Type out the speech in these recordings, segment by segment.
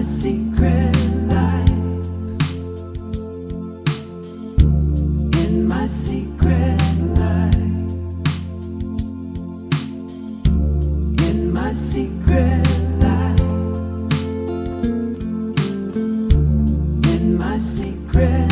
secret life, in my secret life, in my secret life, in my secret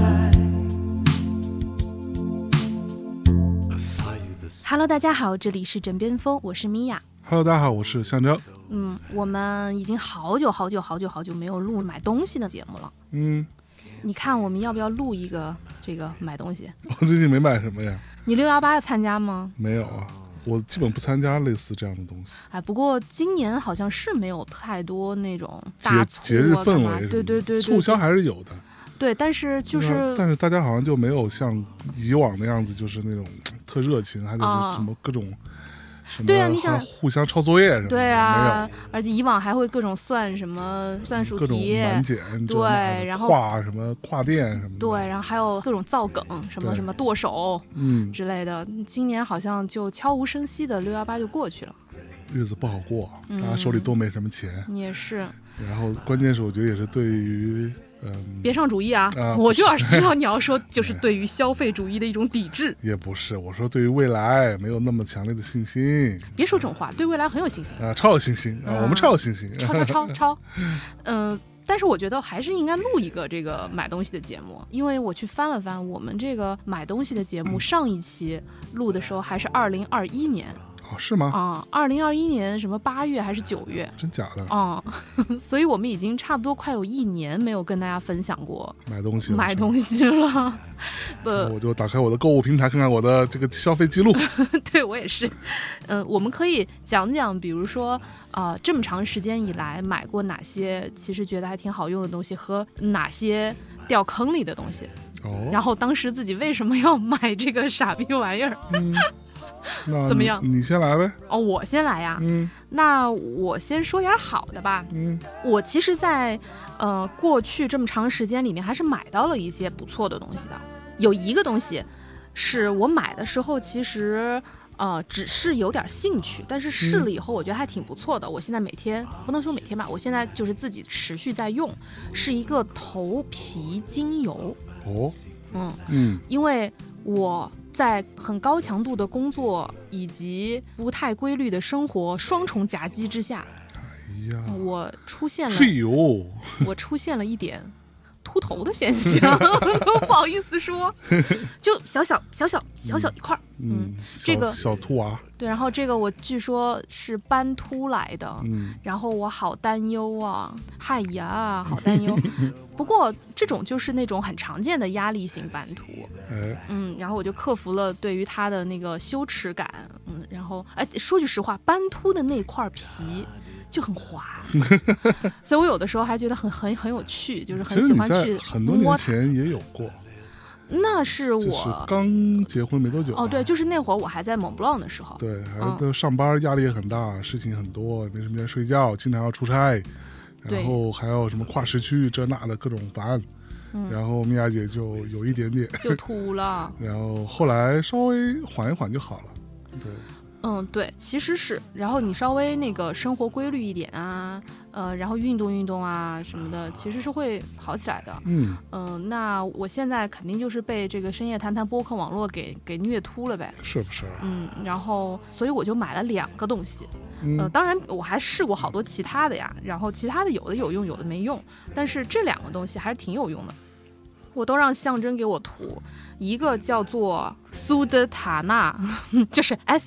life。Hello， 大家好，这里是枕边风，我是米娅。 Hello， 大家好，我是香蕉。 我们已经好久没有录买东西的节目了。你看我们要不要录一个这个买东西？ 我最近没买什么呀。 你618要参加吗？ 没有啊，我基本不参加类似这样的东西。 不过今年好像是没有太多那种大促节日氛围， 对， 促销还是有的。 对，但是但是大家好像就没有像以往的样子，就是那种特热情，还有什么各种。 对啊，你想互相抄作业什么的？ 对啊， 没有， 而且以往还会各种算什么算术题， 各种满减， 对，然后跨什么跨店什么的， 对，然后还有各种造梗，什么什么剁手，之类的。今年好像就悄无声息的618就过去了， 日子不好过，大家手里都没什么钱， 也是。 然后关键是我觉得也是对于。 别上主义啊！我就要知道你要说就是对于消费主义的一种抵制。 也不是，我说对于未来没有那么强烈的信心。 别说这种话，对未来很有信心超有信心我们超有信心， 超。但是我觉得还是应该录一个这个买东西的节目，因为我去翻了翻我们这个买东西的节目，上一期录的时候还是2021年。 是吗 ？2021年什么8月还是9月？ 真假的？ 所以我们已经差不多快有1年没有跟大家分享过买东西了。 我就打开我的购物平台看看我的这个消费记录。 对，我也是。我们可以讲讲，比如说这么长时间以来买过哪些其实觉得还挺好用的东西，和哪些掉坑里的东西。然后当时自己为什么要买这个傻逼玩意儿？ 那怎么样？ 你先来呗。 我先来呀。那我先说点好的吧。我其实在过去这么长时间里面，还是买到了一些不错的东西的。有一个东西是我买的时候其实只是有点兴趣，但是试了以后我觉得还挺不错的。我现在每天不能说每天吧，我现在就是自己持续在用，是一个头皮精油。因为我在很高强度的工作以及不太规律的生活双重夹击之下，我出现了一点秃头的现象。不好意思说，就小一块。这个小秃娃。 对，然后这个我据说是斑秃来的，然后我好担忧啊，嗨呀，好担忧。不过这种就是那种很常见的压力型斑秃，然后我就克服了对于它的那个羞耻感，然后说句实话，斑秃的那块皮就很滑，所以我有的时候还觉得很有趣，就是很喜欢去摸它。 其实你在很多年前也有过。 那是我就是刚结婚没多久。 对，就是那会儿我还在蒙布朗的时候。 对，还都上班，压力也很大，事情很多，没什么时间睡觉，经常要出差，然后还有什么跨时区这那的各种烦。然后米娅姐就有一点点就秃了， 然后后来稍微缓一缓就好了。对。 对，其实是，然后你稍微那个生活规律一点啊，然后运动啊什么的，其实是会好起来的。那我现在肯定就是被这个深夜谈谈播客网络给虐秃了呗， 是不是？ 然后所以我就买了2个东西。当然我还试过好多其他的呀，然后其他的有的有用，有的没用，但是这2个东西还是挺有用的。我都让象征给我涂，一个叫做苏德塔纳，就是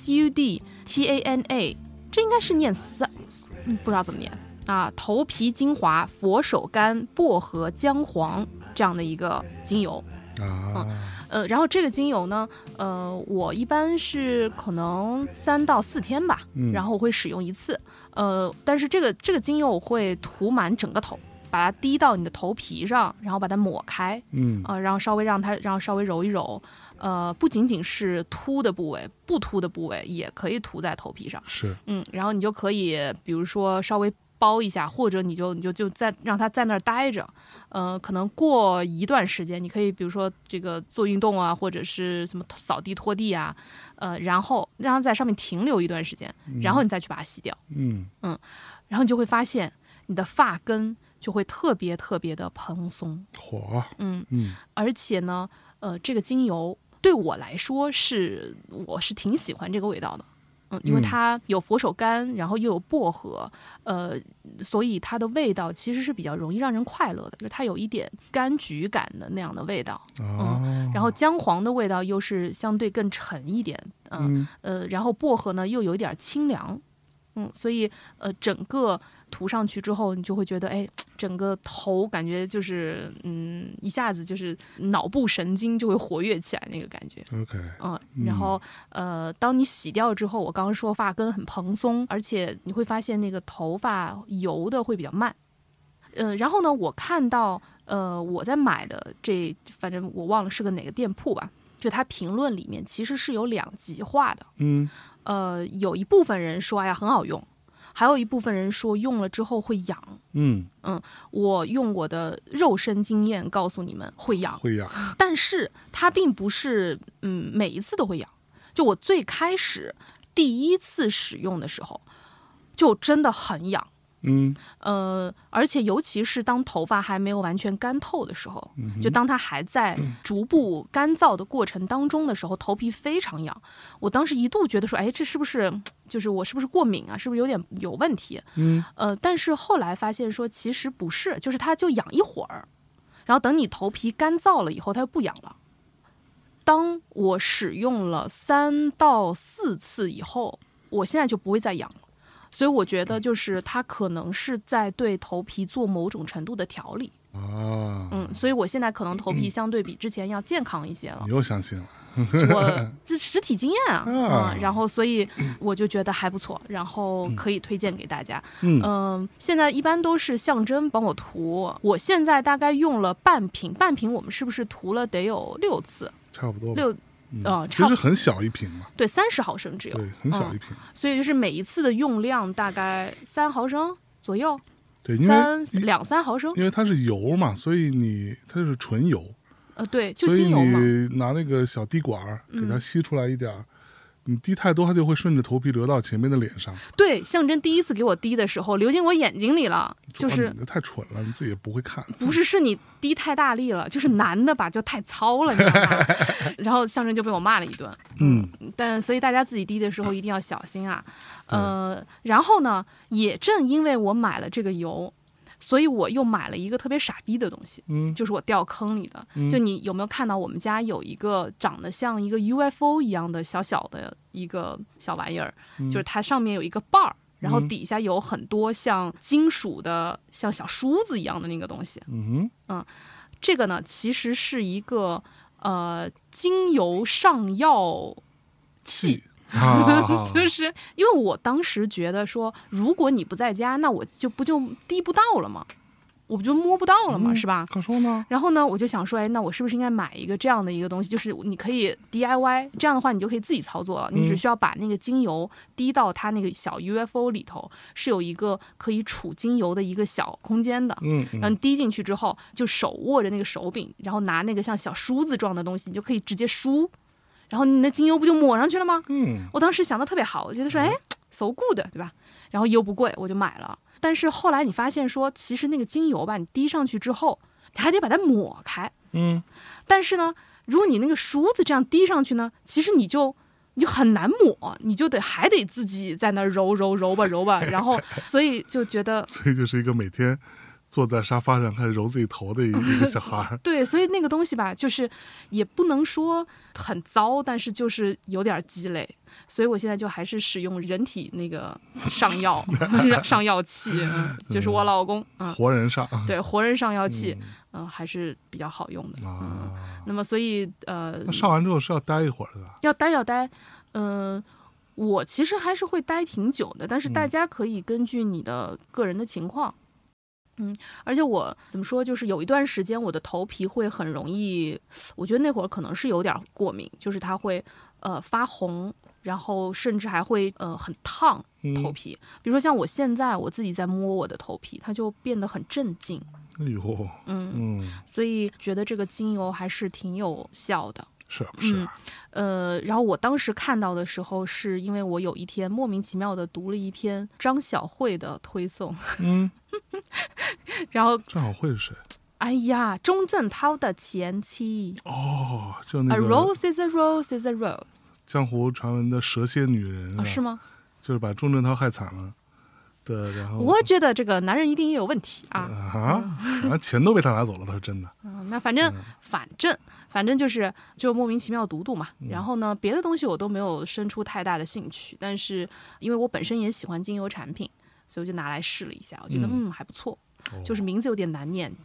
SUDTANA， 这应该是念不知道怎么念啊。头皮精华、佛手柑、薄荷、姜黄这样的一个精油然后这个精油呢，我一般是可能3到4天吧，然后我会使用一次，但是这个精油我会涂满整个头。把它滴到你的头皮上，然后把它抹开，然后稍微揉一揉，不仅仅是秃的部位，不秃的部位也可以涂在头皮上， 是， 然后你就可以，比如说稍微包一下，或者你就在让它在那儿待着，可能过一段时间，你可以比如说这个做运动啊，或者是什么扫地拖地啊，然后让它在上面停留一段时间，然后你再去把它洗掉，然后你就会发现你的发根就会特别特别的蓬松。 火， 而且呢，这个精油对我来说我是挺喜欢这个味道的。因为它有佛手柑，然后又有薄荷，所以它的味道其实是比较容易让人快乐的，就是它有一点柑橘感的那样的味道，然后姜黄的味道又是相对更沉一点，然后薄荷呢又有一点清凉，所以整个涂上去之后，你就会觉得，哎，整个头感觉就是一下子就是脑部神经就会活跃起来那个感觉。 OK， 然后当你洗掉之后，我刚刚说发根很蓬松，而且你会发现那个头发油的会比较慢。然后呢，我看到我在买的反正我忘了是个哪个店铺吧，就它评论里面其实是有2极化的。有一部分人说哎呀很好用，还有一部分人说用了之后会痒。我用我的肉身经验告诉你们会痒，但是它并不是每一次都会痒。就我最开始第一次使用的时候，就真的很痒。而且尤其是当头发还没有完全干透的时候，就当它还在逐步干燥的过程当中的时候，头皮非常痒。我当时一度觉得说，哎，这是不是就是我是不是过敏啊？是不是有点有问题？但是后来发现说其实不是，就是它就痒一会儿，然后等你头皮干燥了以后，它就不痒了。当我使用了3到4次以后，我现在就不会再痒了。所以我觉得就是它可能是在对头皮做某种程度的调理所以我现在可能头皮相对比之前要健康一些了。 你又相信了？ 我这实体经验然后所以我就觉得还不错，然后可以推荐给大家。现在一般都是象征帮我涂，我现在大概用了半瓶，我们是不是涂了得有6次？ 差不多 6。 其实很小一瓶嘛， 对，30毫升只有， 对，很小一瓶， 所以就是每一次的用量大概3毫升左右， 对，因为 2-3毫升， 因为它是油嘛，所以它是纯油， 对，就精油嘛， 所以你拿那个小滴管给它吸出来一点你滴太多，它就会顺着头皮流到前面的脸上。 对，象征第一次给我滴的时候，流进我眼睛里了，就是你太蠢了，你自己也不会看。 不是，是你滴太大力了，就是男的吧，就太糙了，你知道吗？然后象征就被我骂了一顿。但所以大家自己滴的时候一定要小心啊。然后呢，也正因为我买了这个油，所以我又买了一个特别傻逼的东西，就是我掉坑里的。就你有没有看到我们家有一个长得像一个 UFO 一样的小小的一个小玩意儿，就是它上面有一个把儿，然后底下有很多像金属的像小梳子一样的那个东西。这个呢其实是一个精油上药器。就是因为我当时觉得说，如果你不在家，那我就滴不到了吗？我不就摸不到了吗？是吧？ 可说呢。 然后呢，我就想说，哎，那我是不是应该买一个这样的一个东西？就是你可以 DIY， 这样的话你就可以自己操作了。你只需要把那个精油滴到它那个小 UFO 里头，是有一个可以储精油的一个小空间的。然后你滴进去之后，就手握着那个手柄，然后拿那个像小梳子状的东西，你就可以直接梳。然后你的精油不就抹上去了吗？我当时想的特别好，我觉得说，哎 ，so good， 对吧？然后又不贵，我就买了。但是后来你发现说，其实那个精油吧，你滴上去之后，你还得把它抹开。但是呢，如果你那个梳子这样滴上去呢，其实你就很难抹，你就还得自己在那揉吧，然后所以就觉得， 所以就是一个每天坐在沙发上开始揉自己头的一个小孩。 对，所以那个东西吧，就是也不能说很糟，但是就是有点鸡肋。所以我现在就还是使用人体那个上药上药器，就是我老公活人上， 对，活人上药器，还是比较好用的。那么所以那上完之后是要待一会儿的吧？ 要待。我其实还是会待挺久的，但是大家可以根据你的个人的情况。而且我怎么说，就是有一段时间我的头皮会很容易，我觉得那会儿可能是有点过敏，就是它会发红，然后甚至还会很烫头皮。比如说像我现在我自己在摸我的头皮，它就变得很镇静。 哎呦， 所以觉得这个精油还是挺有效的。 是不是啊？ 然后我当时看到的时候，是因为我有一天莫名其妙的读了一篇张小慧的推送，然后张小慧是谁？ 哎呀，钟镇涛的前妻。 哦，就那 A 个 rose is a rose is a rose。 江湖传闻的蛇蝎女人是吗？ 就是把钟镇涛害惨了的，然后我觉得这个男人一定也有问题啊！ 钱都被他拿走了，他是真的。 那反正就莫名其妙读嘛。然后呢，别的东西我都没有生出太大的兴趣，但是因为我本身也喜欢精油产品，所以我就拿来试了一下，我觉得还不错。就是名字有点难念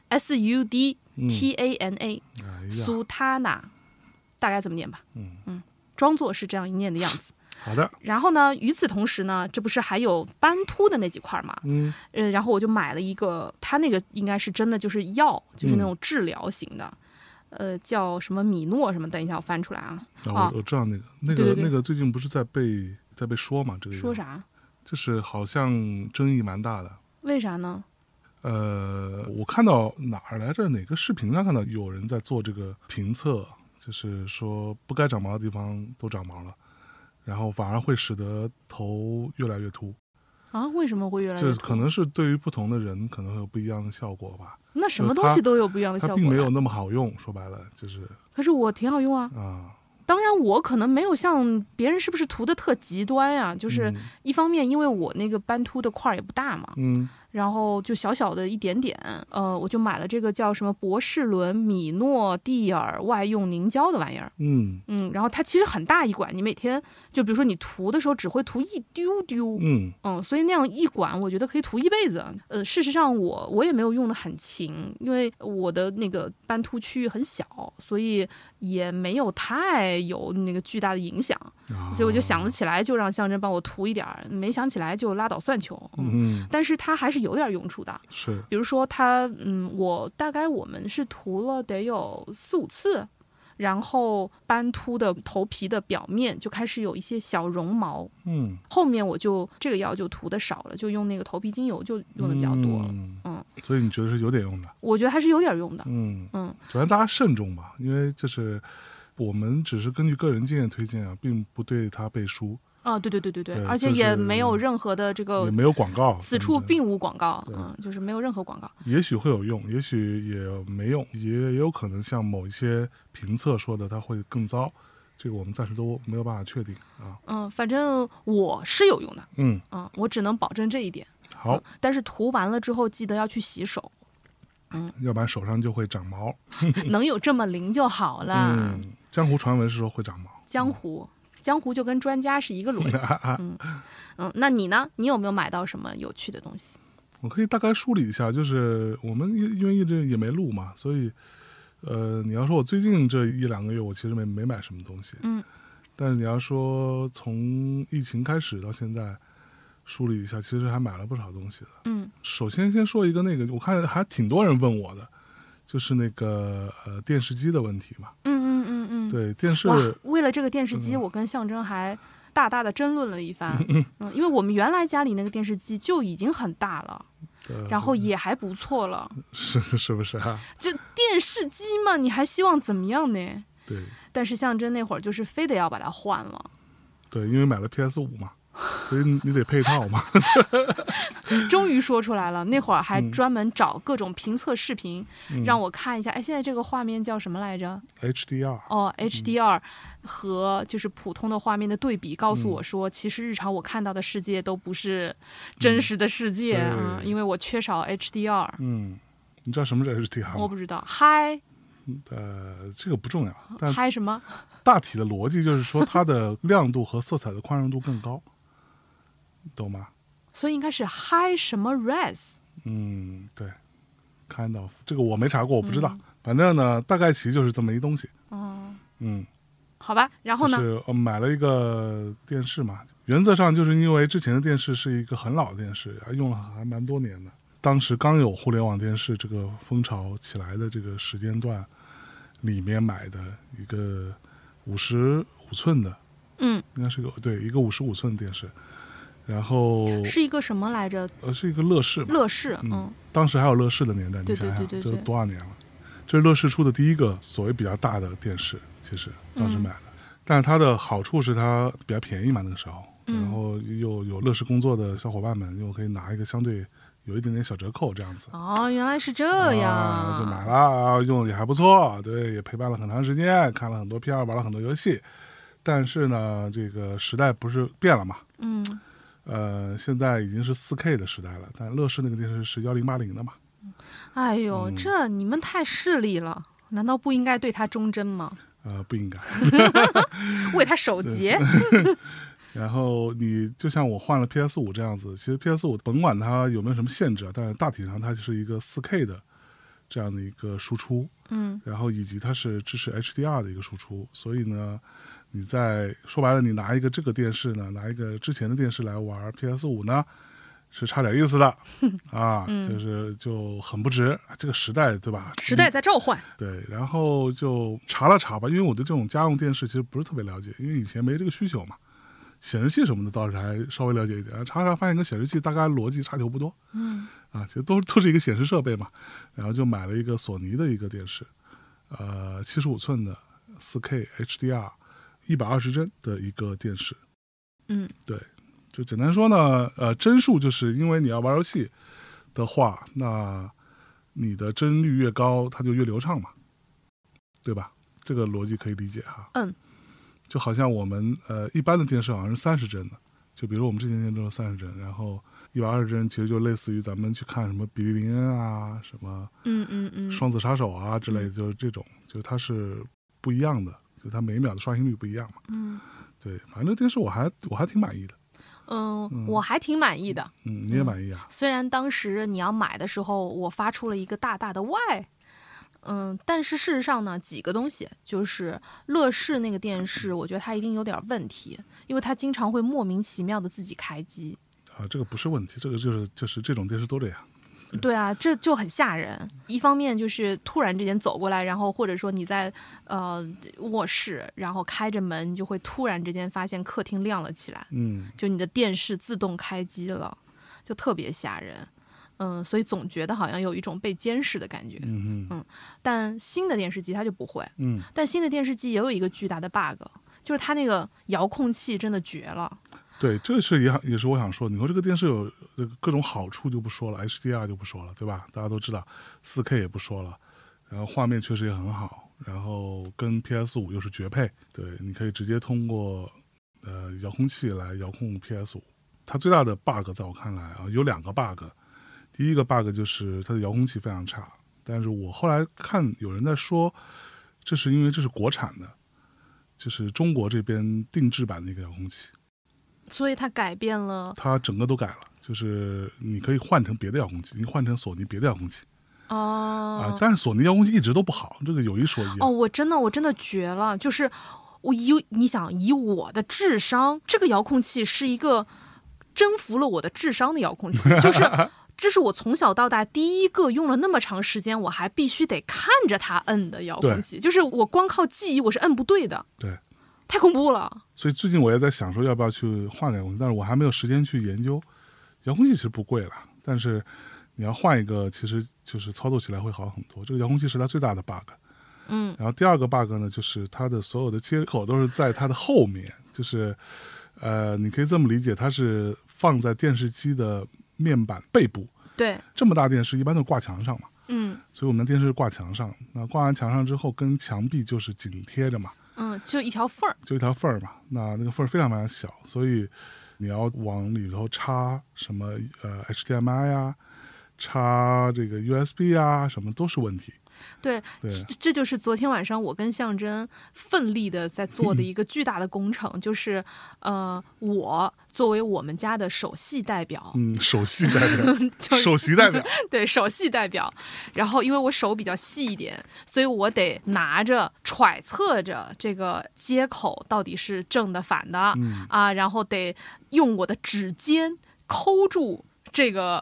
，Sudtana，苏塔娜，大概怎么念吧？装作是这样一念的样子。 好的。 然后呢，与此同时呢，这不是还有斑秃的那几块嘛？然后我就买了一个，它那个应该是真的就是药，就是那种治疗型的，叫什么米诺什么？等一下我翻出来啊。 我知道那个最近不是在被说嘛？这个说啥？ 就是好像争议蛮大的。 为啥呢？ 我看到哪儿来着？哪个视频上看到有人在做这个评测，就是说不该长毛的地方都长毛了，然后反而会使得头越来越秃。啊？为什么会越来越秃？这可能是对于不同的人可能会有不一样的效果吧。那什么东西都有不一样的效果？它并没有那么好用，说白了就是。可是我挺好用啊。当然我可能没有像别人是不是涂的特极端呀，就是一方面因为我那个斑秃的块也不大嘛，然后就小小的一点点，我就买了这个叫什么博士伦米诺地尔外用凝胶的玩意儿，然后它其实很大一管，你每天就比如说你涂的时候只会涂一丢丢，所以那样一管我觉得可以涂一辈子。事实上我也没有用的很勤，因为我的那个斑秃区域很小，所以也没有太有那个巨大的影响，所以我就想得起来就让象征帮我涂一点，没想起来就拉倒算球。但是它还是有点用处的，是比如说它我们是涂了得有4-5次，然后斑秃的头皮的表面就开始有一些小绒毛，后面我就这个药就涂的少了，就用那个头皮精油就用的比较多了。所以你觉得是有点用的？我觉得还是有点用的。首先大家慎重吧，因为就是我们只是根据个人经验推荐啊，并不对它背书。对，而且也没有任何的这个，也没有广告，此处并无广告，就是没有任何广告。也许会有用，也许也没用，也有可能像某一些评测说的，它会更糟。这个我们暂时都没有办法确定啊。反正我是有用的，我只能保证这一点。好，但是涂完了之后记得要去洗手，要不然手上就会长毛。能有这么灵就好了。江湖传闻是说会长毛。江湖就跟专家是一个逻辑。那你呢？你有没有买到什么有趣的东西？我可以大概梳理一下，就是我们因为一直也没录嘛，所以你要说我最近这1-2个月我其实没买什么东西，但是你要说从疫情开始到现在梳理一下，其实还买了不少东西的。首先说一个那个，我看还挺多人问我的，就是那个电视机的问题嘛。对，电视为了这个电视机，我跟象征还大大的争论了一番。因为我们原来家里那个电视机就已经很大了，然后也还不错了，是不是啊？就电视机嘛，你还希望怎么样呢？对。但是象征那会儿就是非得要把它换了。对，因为买了 PS5 嘛，所以你得配套嘛。终于说出来了，那会儿还专门找各种评测视频，让我看一下。现在这个画面叫什么来着 ？HDR。HDR 和就是普通的画面的对比，告诉我说，其实日常我看到的世界都不是真实的世界因为我缺少 HDR。你知道什么是 HDR 吗？我不知道。嗨。这个不重要。但嗨什么？大体的逻辑就是说，它的亮度和色彩的宽容度更高，懂吗？所以应该是 high 什么 res。对 ，kind of 这个我没查过，我不知道。反正呢，大概其就是这么一东西。好吧，然后呢？就是买了一个电视嘛，原则上就是因为之前的电视是一个很老的电视，用了还蛮多年的。当时刚有互联网电视这个风潮起来的这个时间段里面买的一个55寸的，应该是一个55寸电视。然后是一个什么来着？是一个乐视。乐视，当时还有乐视的年代，你想想，这多少年了？ 这是乐视出的第一个所谓比较大的电视，其实当时买的。但是它的好处是它比较便宜嘛，那个时候，然后又有乐视工作的小伙伴们又可以拿一个相对有一点点小折扣这样子。 哦，原来是这样， 就买了，用的也还不错，对，也陪伴了很长时间，看了很多片，玩了很多游戏。但是呢，这个时代不是变了嘛？现在已经是4K 的时代了，但乐视那个电视是1080的嘛。 哎呦，这你们太势利了，难道不应该对他忠贞吗？ 不应该， 为他守节。 然后你就像我换了 PS5 这样子，其实 PS5 甭管它有没有什么限制，但是大体上它就是一个4K 的这样的一个输出，然后以及它是支持 HDR 的一个输出，所以呢，你在说白了，你拿一个这个电视呢，拿一个之前的电视来玩 PS5 呢，是差点意思的啊，就很不值。这个时代对吧？ 时代在召唤。 对，然后就查了查吧，因为我对这种家用电视其实不是特别了解，因为以前没这个需求嘛。显示器什么的倒是还稍微了解一点，查查发现跟显示器大概逻辑差球不多，其实都是一个显示设备嘛。然后就买了一个索尼的一个电视，75寸的 4K HDR 120帧的一个电视，对。就简单说呢，帧数就是因为你要玩游戏的话，那你的帧率越高，它就越流畅嘛，对吧？这个逻辑可以理解哈。就好像我们一般的电视好像是30帧的，就比如我们之前电视都是30帧，然后120帧其实就类似于咱们去看什么比利林恩啊，什么双子杀手啊之类的，就是这种，就是它是不一样的，就它每秒的刷新率不一样嘛。对，反正这个电视我还挺满意的。 我还挺满意的。 你也满意啊？ 虽然当时你要买的时候，我发出了一个大大的 Y，但是事实上呢，几个东西就是乐视那个电视，我觉得它一定有点问题，因为它经常会莫名其妙的自己开机。 这个不是问题，这个就是这种电视都这样。 对啊，这就很吓人。一方面就是突然之间走过来，然后或者说你在卧室，然后开着门，你就会突然之间发现客厅亮了起来，就你的电视自动开机了，就特别吓人。所以总觉得好像有一种被监视的感觉。但新的电视机它就不会。但新的电视机也有一个巨大的 bug， 就是它那个遥控器真的绝了。 对，这是也是我想说，你说这个电视有各种好处就不说了， HDR 就不说了，对吧？大家都知道 4K 也不说了，然后画面确实也很好，然后跟 PS5 又是绝配。对，你可以直接通过遥控器来遥控 PS5。它最大的 bug 在我看来有2个 bug。第一个 bug 就是它的遥控器非常差，但是我后来看有人在说，这是因为这是国产的，就是中国这边定制版的一个遥控器， 所以它改变了， 它整个都改了，就是你可以换成别的遥控器，你换成索尼别的遥控器。但是索尼遥控器一直都不好，这个有一说一。 我真的绝了，就是你想以我的智商，这个遥控器是一个征服了我的智商的遥控器，就是这是我从小到大第一个用了那么长时间我还必须得看着它摁的遥控器，就是我光靠记忆我是摁不对的。 对， 太恐怖了。 所以最近我也在想说要不要去换个遥控器，但是我还没有时间去研究。遥控器其实不贵了，但是你要换一个其实就是操作起来会好很多，这个遥控器是它最大的 bug。然后第二个 bug 呢，就是它的所有的接口都是在它的后面，就是你可以这么理解，它是放在电视机的面板背部。 对， 这么大电视一般都挂墙上嘛，所以我们的电视挂墙上，那挂完墙上之后跟墙壁就是紧贴着嘛， 就一条缝儿， 嘛，那个缝儿非常非常小，所以你要往里头插什么HDMI 啊，插这个 USB 啊，什么都是问题。 对，这就是昨天晚上我跟象征奋力的在做的一个巨大的工程，就是我作为我们家的首席代表， 首席代表，首席代表， 对，首席代表。然后因为我手比较细一点，所以我得拿着揣测着这个接口到底是正的反的，然后得用我的指尖抠住这个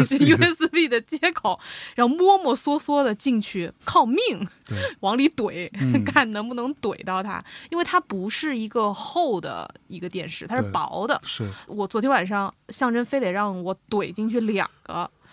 USB 的接口，然后摸摸索索的进去，靠命往里怼，看能不能怼到它，因为它不是一个厚的一个电视，它是薄的。 是我昨天晚上象征非得让我怼进去2个，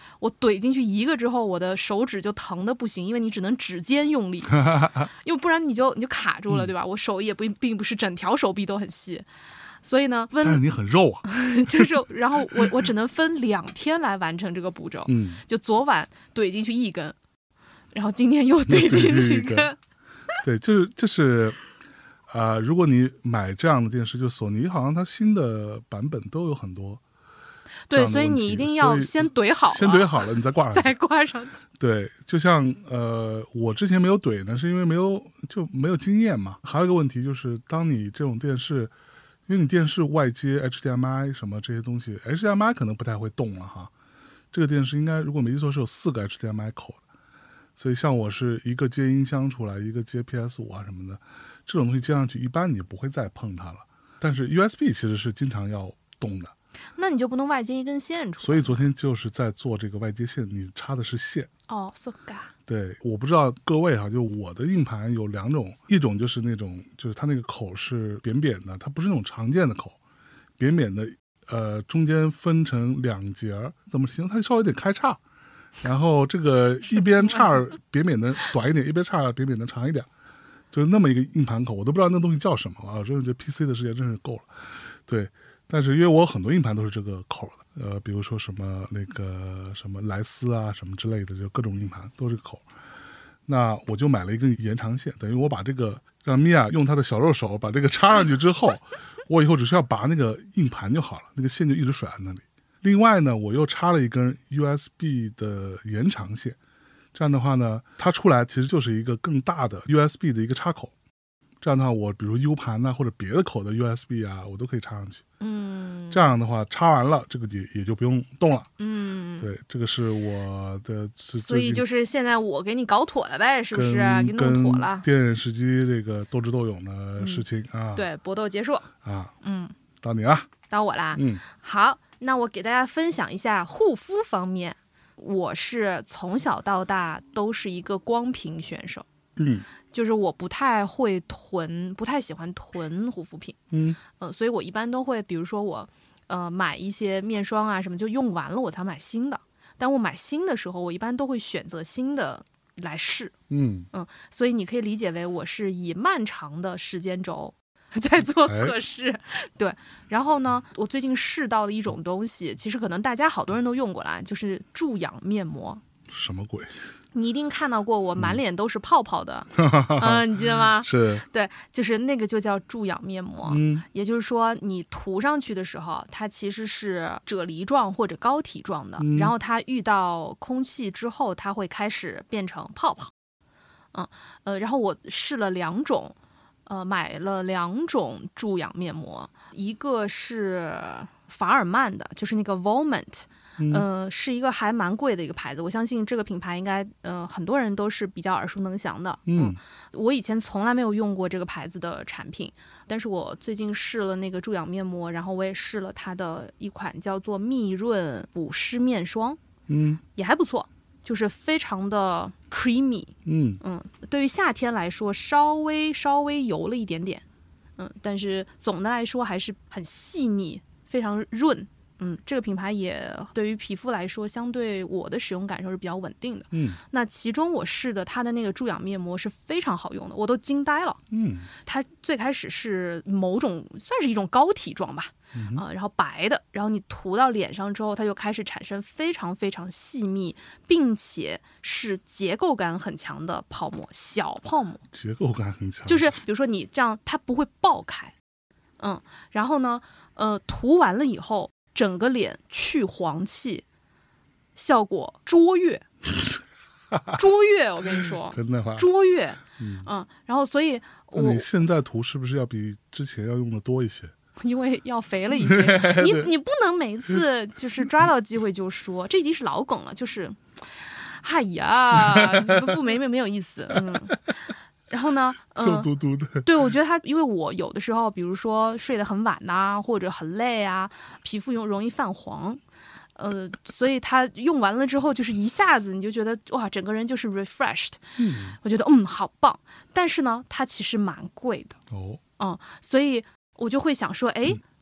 我怼进去一个之后，我的手指就疼的不行，因为你只能指尖用力，因为不然你就卡住了，对吧？我手也并不是整条手臂都很细，所以呢， 但是你很肉啊， 就是然后我只能分2天来完成这个步骤，就昨晚怼进去1根，然后今天又怼进去1根。 对，就是如果你买这样的电视，就索尼好像它新的版本都有很多。 对，所以你一定要先怼好了， 先怼好了，你再挂上去， 再挂上去。 对，就像我之前没有怼呢，是因为没有经验嘛。还有一个问题就是，当你这种电视，因为你电视外接 HDMI 什么这些东西 ，HDMI 可能不太会动了哈。这个电视应该如果没记错是有4个 HDMI 口的，所以像我是一个接音箱出来，一个接 PS5 啊什么的，这种东西接上去，一般你不会再碰它了。但是 USB 其实是经常要动的。 那你就不能外接一根线出来。 所以昨天就是在做这个外接线，你插的是线。 哦，so ga。 对，我不知道各位哈，就我的硬盘有2种，一种就是那种，就是它那个口是扁扁的，它不是那种常见的口，扁扁的，中间分成2节，怎么形容？它稍微有点开叉，然后这个一边叉扁扁的短一点，一边叉扁扁的长一点，就是那么一个硬盘口，我都不知道那东西叫什么啊！我真的觉得 PC 的世界真是够了，对。但是因为我很多硬盘都是这个口的，比如说什么那个什么莱斯啊什么之类的，就各种硬盘都是这个口。那我就买了一根延长线，等于我把这个让米娅用她的小肉手把这个插上去之后，我以后只需要拔那个硬盘就好了，那个线就一直甩在那里。另外呢，我又插了一根 USB 的延长线，这样的话呢，它出来其实就是一个更大的 USB 的一个插口。这样的话，我比如 U 盘啊或者别的口的 USB 啊，我都可以插上去。这样的话插完了，这个也就不用动了。对，这个是我的。 所以就是现在我给你搞妥了呗，是不是？给你弄妥了。 电视机这个斗智斗勇的事情啊。 对，搏斗结束啊。到你了。 到我啦。好，那我给大家分享一下护肤方面。我是从小到大都是一个光屏选手。就是我不太喜欢囤护肤品。所以我一般都会，比如说我买一些面霜啊什么，就用完了我才买新的。但我买新的时候，我一般都会选择新的来试。所以你可以理解为我是以漫长的时间轴在做测试。对，然后呢，我最近试到了一种东西，其实可能大家好多人都用过了，就是助氧面膜。 什么鬼？ 你一定看到过我满脸都是泡泡的，你记得吗？ 是， 对，就是那个就叫助氧面膜。也就是说你涂上去的时候，它其实是啫喱状或者膏体状的，然后它遇到空气之后，它会开始变成泡泡。然后我试了2种，买了2种助氧面膜，一个是法尔曼的，就是那个 Volmant。是一个还蛮贵的一个牌子，我相信这个品牌应该很多人都是比较耳熟能详的。我以前从来没有用过这个牌子的产品，但是我最近试了那个助氧面膜，然后我也试了它的一款叫做密润补湿面霜，也还不错，就是非常的 creamy。对于夏天来说稍微油了一点点，但是总的来说还是很细腻，非常润。这个品牌也对于皮肤来说，相对我的使用感受是比较稳定的。那其中我试的它的那个助氧面膜是非常好用的，我都惊呆了。它最开始是某种算是一种膏体状吧，然后白的，然后你涂到脸上之后，它就开始产生非常非常细密，并且是结构感很强的泡沫，小泡沫。 结构感很强， 就是比如说你这样，它不会爆开。然后呢，涂完了以后，整个脸去黄气，效果卓越，我跟你说， 真的吗？ 卓越。然后所以你现在涂是不是要比之前要用的多一些？ 因为要肥了一些。你不能每次就是抓到机会就说，这已经是老梗了，就是哎呀，没有意思。然后呢， 肉嘟嘟的。 对，我觉得它，因为我有的时候，比如说睡得很晚呐，或者很累啊，皮肤容易泛黄，所以它用完了之后，就是一下子你就觉得哇，整个人就是 refreshed。我觉得好棒。但是呢，它其实蛮贵的。所以我就会想说，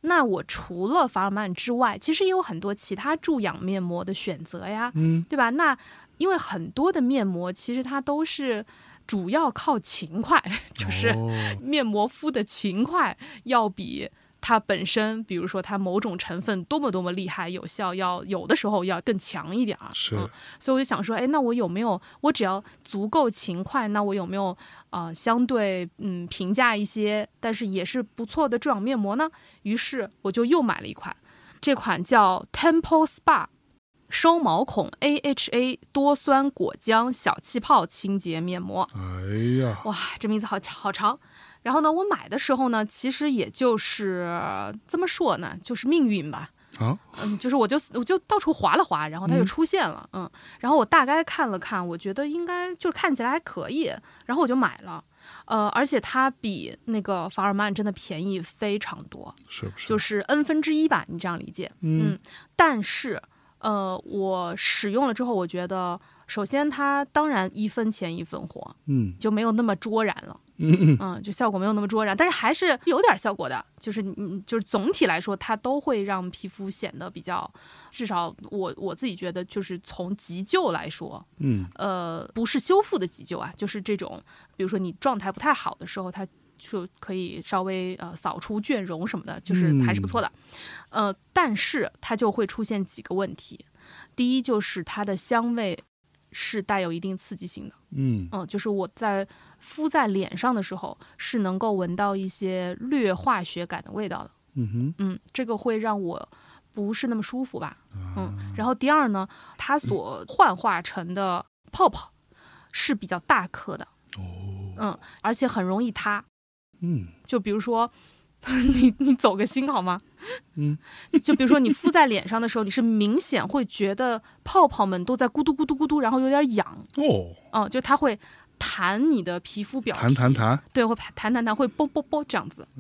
那我除了法尔曼之外，其实也有很多其他助养面膜的选择呀，对吧？那因为很多的面膜其实它都是主要靠勤快，就是面膜敷的勤快要比它本身，比如说它某种成分多么厉害有效，要有的时候要更强一点是， 所以我就想说，那我有没有，我只要足够勤快，那我有没有相对平价一些，但是也是不错的助养面膜呢？于是我就又买了一款，这款叫 Temple Spa 收毛孔 AHA 多酸果浆小气泡清洁面膜。 哎呀， 哇，这名字好长。然后呢，我买的时候呢，其实也就是这么说呢，就是命运吧。就是我就到处划了划，然后它就出现了，然后我大概看了看，我觉得应该就是看起来还可以，然后我就买了，而且它比那个法尔曼真的便宜非常多， 是不是？ 就是 1/n吧，你这样理解，但是我使用了之后，我觉得首先它当然1分钱1分货，就没有那么卓然了。就效果没有那么卓然，但是还是有点效果的，就是总体来说它都会让皮肤显得比较，至少我自己觉得就是从急救来说，不是修复的急救啊，就是这种比如说你状态不太好的时候，它就可以稍微扫除倦容什么的，就是还是不错的。但是它就会出现几个问题，第一就是它的香味是带有一定刺激性的，就是我在敷在脸上的时候是能够闻到一些略化学感的味道的，这个会让我不是那么舒服吧，然后第二呢，它所幻化成的泡泡是比较大颗的，而且很容易塌，就比如说你走个心好吗？就比如说你敷在脸上的时候，你是明显会觉得泡泡们都在咕嘟咕嘟咕嘟，然后有点痒就它会弹你的皮肤表皮，弹，对，会弹，会啵啵啵这样子。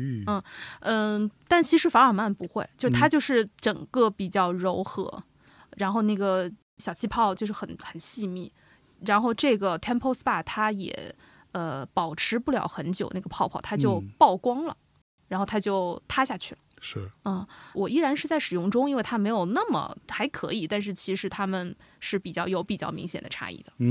但其实法尔曼不会，就它就是整个比较柔和，然后那个小气泡就是很细密，然后这个 Temple Spa 它也保持不了很久，那个泡泡它就曝光了。然后它就塌下去了。 是， 我依然是在使用中，因为它没有那么还可以，但是其实它们是比较明显的差异的。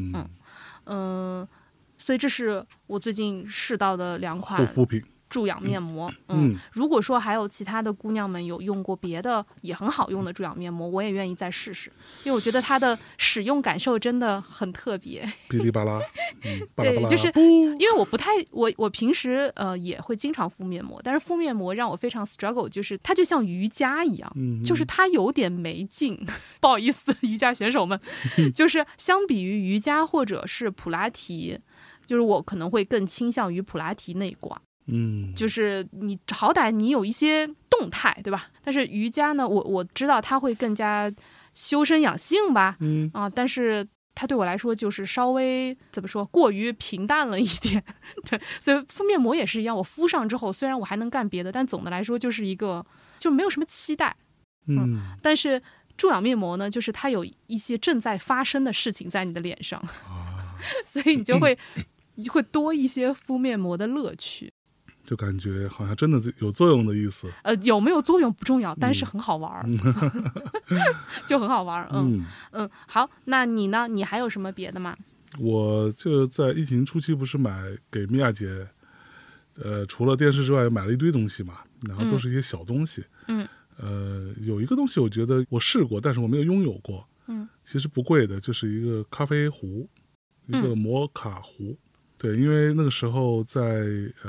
所以这是我最近试到的2款护肤品助养面膜。如果说还有其他的姑娘们有用过别的也很好用的助养面膜，我也愿意再试试，因为我觉得它的使用感受真的很特别， 哔哩吧啦， 对，就是因为我平时也会经常敷面膜，但是敷面膜让我非常 struggle， 就是它就像瑜伽一样，就是它有点没劲，不好意思，瑜伽选手们，就是相比于瑜伽或者是普拉提，就是我可能会更倾向于普拉提那一挂。就是你好歹你有一些动态，对吧？但是瑜伽呢，我知道它会更加修身养性吧，但是它对我来说就是稍微怎么说过于平淡了一点，对，所以敷面膜也是一样，我敷上之后，虽然我还能干别的，但总的来说就是一个就没有什么期待，但是助养面膜呢，就是它有一些正在发生的事情在你的脸上，所以你就会多一些敷面膜的乐趣。 就感觉好像真的有作用的意思。 有没有作用不重要，但是很好玩，就很好玩。好，那你呢？你还有什么别的吗？ 我就在疫情初期不是买给米娅姐，除了电视之外，买了一堆东西嘛，然后都是一些小东西。有一个东西我觉得我试过，但是我没有拥有过。其实不贵的，就是一个咖啡壶，一个摩卡壶。对，因为那个时候在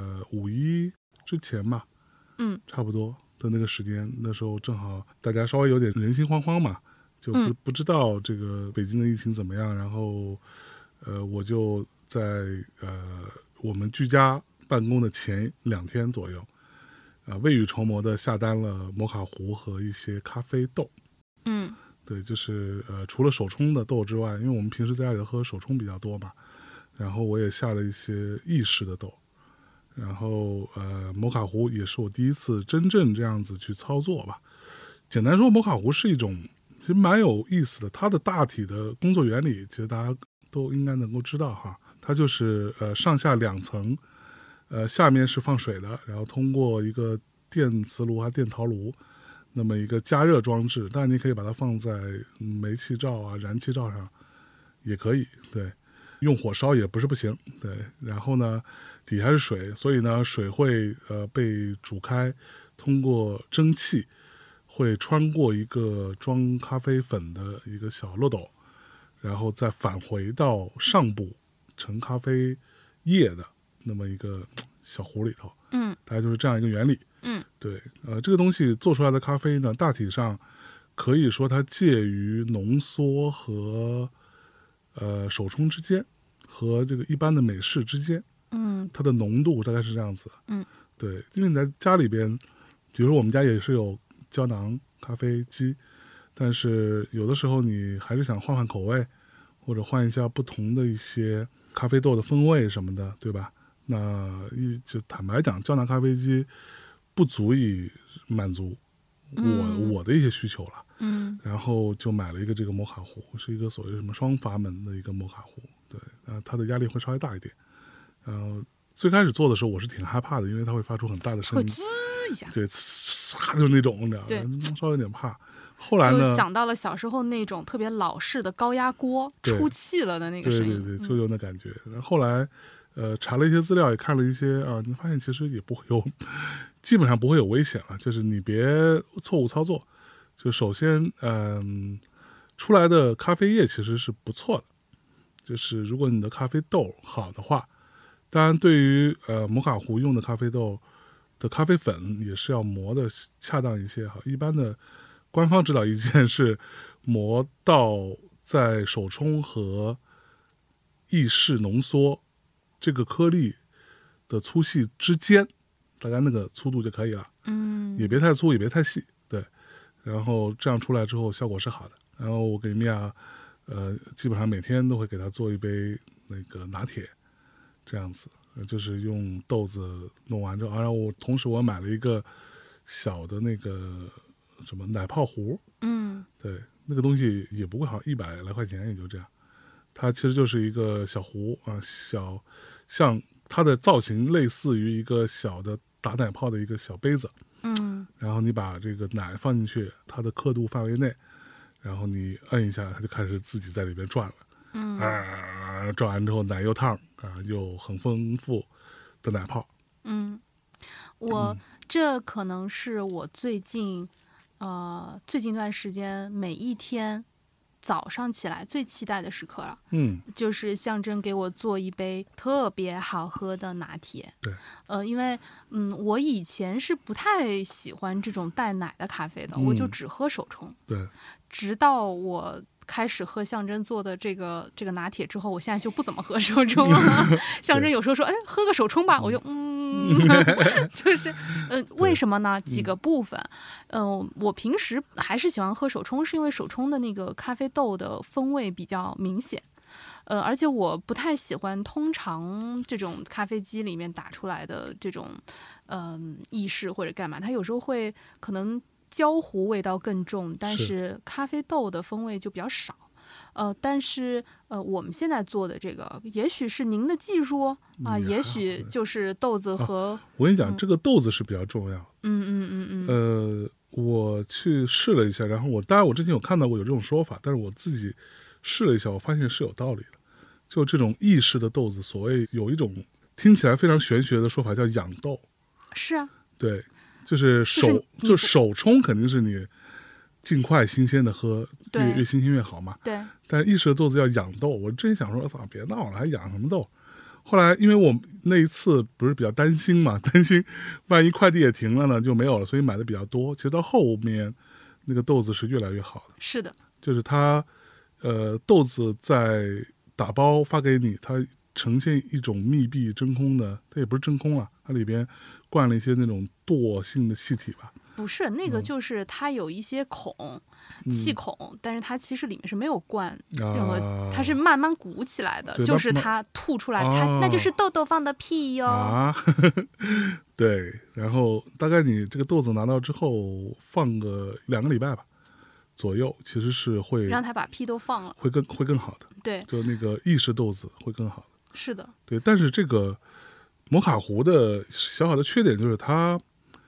5·1之前嘛，差不多的那个时间，那时候正好大家稍微有点人心惶惶嘛，就不知道这个北京的疫情怎么样，然后我就在我们居家办公的前2天左右，未雨绸缪的下单了摩卡壶和一些咖啡豆。对，就是除了手冲的豆之外，因为我们平时在家里喝手冲比较多嘛。然后我也下了一些意式的豆，然后摩卡壶也是我第一次真正这样子去操作吧。简单说，摩卡壶是一种其实蛮有意思的，它的大体的工作原理其实大家都应该能够知道哈。它就是上下2层，下面是放水的，然后通过一个电磁炉还电陶炉那么一个加热装置，当然你可以把它放在煤气灶啊、燃气灶上也可以，对，用火烧也不是不行，对。然后呢，底下是水，所以呢，水会被煮开，通过蒸汽会穿过一个装咖啡粉的一个小漏斗，然后再返回到上部盛咖啡液的那么一个小壶里头，大概就是这样一个原理，对，这个东西做出来的咖啡呢，大体上可以说它介于浓缩和手冲之间，和这个一般的美式之间，它的浓度大概是这样子，对，因为你在家里边，比如说我们家也是有胶囊咖啡机，但是有的时候你还是想换换口味，或者换一下不同的一些咖啡豆的风味什么的，对吧？那就坦白讲，胶囊咖啡机不足以满足我的一些需求了，然后就买了一个这个摩卡壶，是一个所谓什么双阀门的一个摩卡壶，对，它的压力会稍微大一点，最开始做的时候我是挺害怕的，因为它会发出很大的声音， 会滋一下， 对，呲就那种，你知道吗？稍微有点怕。后来呢， 就想到了小时候那种特别老式的高压锅出气了的那个声音， 对，就有那感觉。后来查了一些资料，也看了一些你发现其实也不会有，基本上不会有危险了，就是你别错误操作。就首先出来的咖啡液其实是不错的，就是如果你的咖啡豆好的话，当然对于摩卡壶用的咖啡豆的咖啡粉也是要磨的恰当一些哈。一般的官方指导意见是磨到在手冲和意式浓缩这个颗粒的粗细之间，大概那个粗度就可以了，也别太粗也别太细，对，然后这样出来之后效果是好的。然后我给米娅基本上每天都会给她做一杯那个拿铁，这样子就是用豆子弄完之后，然后我同时我买了一个小的那个什么奶泡壶，对，那个东西也不贵，好像100来块钱，也就这样。它其实就是一个小壶小，像它的造型类似于一个小的打奶泡的一个小杯子，然后你把这个奶放进去，它的刻度范围内，然后你摁一下，它就开始自己在里边转了，转完之后奶又烫又很丰富的奶泡， 我这可能是我最近一段时间每一天早上起来最期待的时刻了，就是象征给我做一杯特别好喝的拿铁。 对， 因为我以前是不太喜欢这种带奶的咖啡的，我就只喝手冲。 对， 直到我开始喝象征做的这个拿铁之后，我现在就不怎么喝手冲了。象征有时候说，哎，喝个手冲吧，我就就是为什么呢？几个部分，我平时还是喜欢喝手冲，是因为手冲的那个咖啡豆的风味比较明显。而且我不太喜欢通常这种咖啡机里面打出来的这种意式或者干嘛，它有时候会可能焦糊味道更重，但是咖啡豆的风味就比较少。但是我们现在做的这个，也许是您的技术也许就是豆子和我跟你讲，这个豆子是比较重要。我去试了一下，然后当然我之前有看到过有这种说法，但是我自己试了一下，我发现是有道理的。就这种意式的豆子，所谓有一种听起来非常玄学的说法叫养豆。是啊，对，就是手冲肯定是你尽快新鲜的喝，越新鲜越好嘛。对。但是意式的豆子要养豆，我之前想说，别闹了，还养什么豆？后来因为我那一次不是比较担心嘛，担心万一快递也停了呢，就没有了，所以买的比较多。其实到后面那个豆子是越来越好的。是的。就是它豆子在打包发给你，它呈现一种密闭真空的，它也不是真空了，它里边灌了一些那种惰性的气体吧。不是那个，就是它有一些气孔，但是它其实里面是没有灌任何，它是慢慢鼓起来的，就是它吐出来，那就是豆豆放的屁哟。对，然后大概你这个豆子拿到之后放个2个礼拜吧左右，其实是会让它把屁都放了，会更好的。对，就那个意式豆子会更好的。是的，对。但是这个摩卡壶的小小的缺点就是它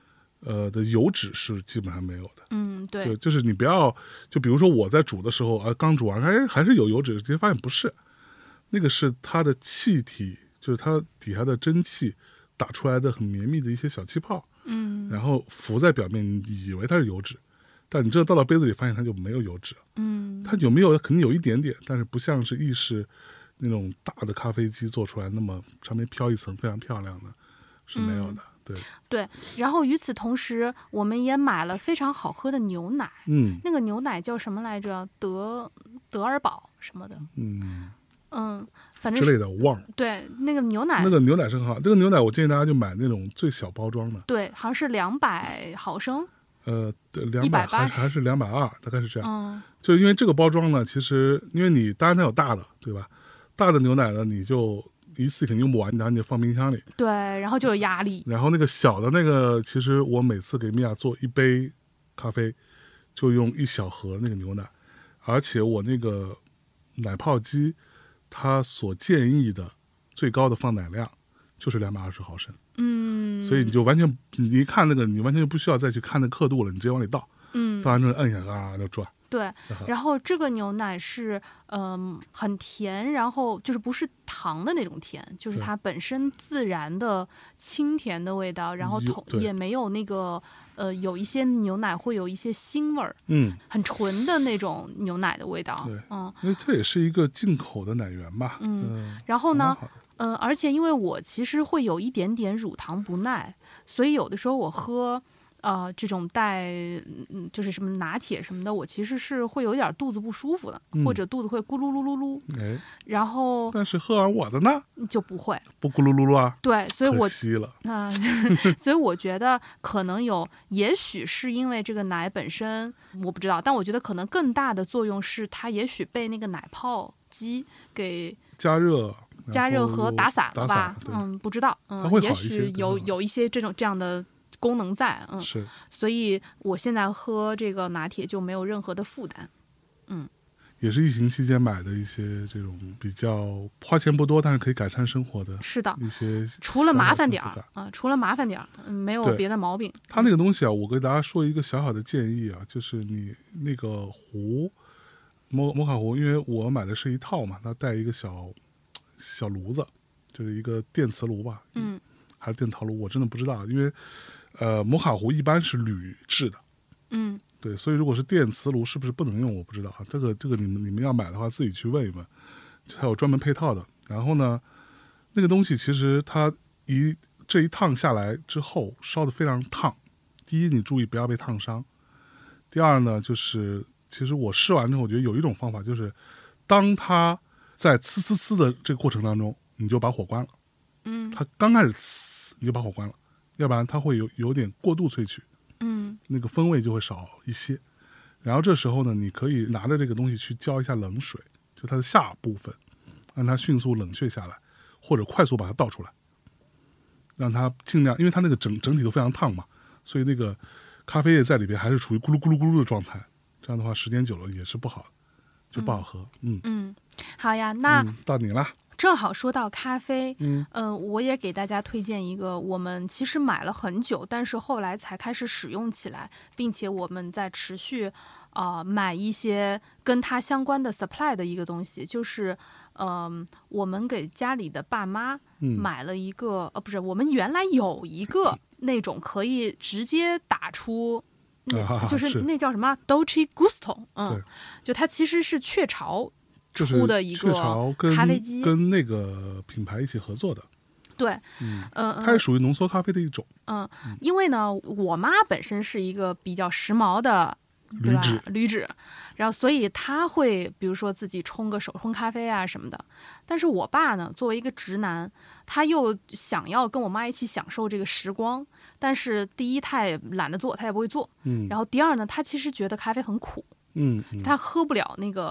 的油脂是基本上没有的。 对， 就是你不要，就比如说我在煮的时候啊，刚煮完，还是有油脂，直接发现不是，那个是它的气体，就是它底下的蒸汽打出来的很绵密的一些小气泡，然后浮在表面，你以为它是油脂，但你真的倒到杯子里，发现它就没有油脂。它有没有肯定有一点点，但是不像是意式那种大的咖啡机做出来那么上面飘一层非常漂亮的，是没有的。 对，然后与此同时，我们也买了非常好喝的牛奶。那个牛奶叫什么来着？德尔堡什么的。反正之类的，我忘了。 对，那个牛奶是很好。这个牛奶我建议大家就买那种最小包装的。 对，好像是200毫升。 对，200还是220，大概是这样。就因为这个包装呢，其实因为你当然它有大的，对吧？大的牛奶呢，你就一次肯定用不完，然后你就放冰箱里。 对，然后就有压力。 然后那个小的那个，其实我每次给米娅做一杯咖啡，就用1小盒那个牛奶，而且我那个奶泡机，它所建议的最高的放奶量就是220毫升。所以你就完全，你一看那个，你完全就不需要再去看那刻度了，你直接往里倒。倒完之后摁一下啊，就转。 对，然后这个牛奶是很甜，然后就是不是糖的那种甜，就是它本身自然的清甜的味道，然后也没有那个有一些牛奶会有一些腥味儿，很纯的那种牛奶的味道。 对，因为这也是一个进口的奶源嘛。 然后呢，而且因为我其实会有一点点乳糖不耐，所以有的时候我喝这种就是什么拿铁什么的，我其实是会有点肚子不舒服的，或者肚子会咕噜噜噜噜。然后但是喝完我的呢就不会不咕噜噜噜啊。 对，所以我可惜了所以我觉得可能也许是因为这个奶本身我不知道，但我觉得可能更大的作用是它也许被那个奶泡机给加热和打散了吧。不知道。也许有一些这样的功能在。 是， 所以我现在喝这个拿铁就没有任何的负担。 也是疫情期间买的一些这种比较花钱不多，但是可以改善生活的， 是的， 一些除了麻烦点儿没有别的毛病。 它那个东西啊，我给大家说一个小小的建议啊，就是你那个壶摩卡壶，因为我买的是一套嘛，它带一个小炉子，就是一个电磁炉吧，还是电陶炉，我真的不知道，因为摩卡壶一般是铝制的。对，所以如果是电磁炉是不是不能用，我不知道啊。这个你们要买的话，自己去问一问，它有专门配套的。然后呢，那个东西其实它这一烫下来之后烧得非常烫。第一，你注意不要被烫伤。第二呢，就是其实我试完之后，我觉得有一种方法，就是当它在呲呲呲的这个过程当中，你就把火关了。它刚开始呲，你就把火关了，要不然它会有点过度萃取。那个风味就会少一些。然后这时候呢，你可以拿着这个东西去浇一下冷水，就它的下部分，让它迅速冷却下来，或者快速把它倒出来，让它尽量，因为它那个整体都非常烫嘛，所以那个咖啡液在里边还是处于咕噜咕噜咕噜的状态。这样的话，时间久了也是不好，就不好喝。 好呀，那到你了。 正好说到咖啡，我也给大家推荐一个我们其实买了很久，但是后来才开始使用起来，并且我们在持续买一些跟它相关的 supply 的一个东西，就是我们给家里的爸妈买了一个，不是，我们原来有一个那种可以直接打出。就是那叫什么 Dolce Gusto， 就它其实是雀巢出的一个咖啡机， 跟那个品牌一起合作的。 对， 它也属于浓缩咖啡的一种。 因为呢，我妈本身是一个比较时髦的驴子，然后所以她会比如说自己冲个手冲咖啡啊什么的。但是我爸呢，作为一个直男，他又想要跟我妈一起享受这个时光，但是第一他也懒得做，他也不会做。然后第二呢，他其实觉得咖啡很苦。他喝不了那个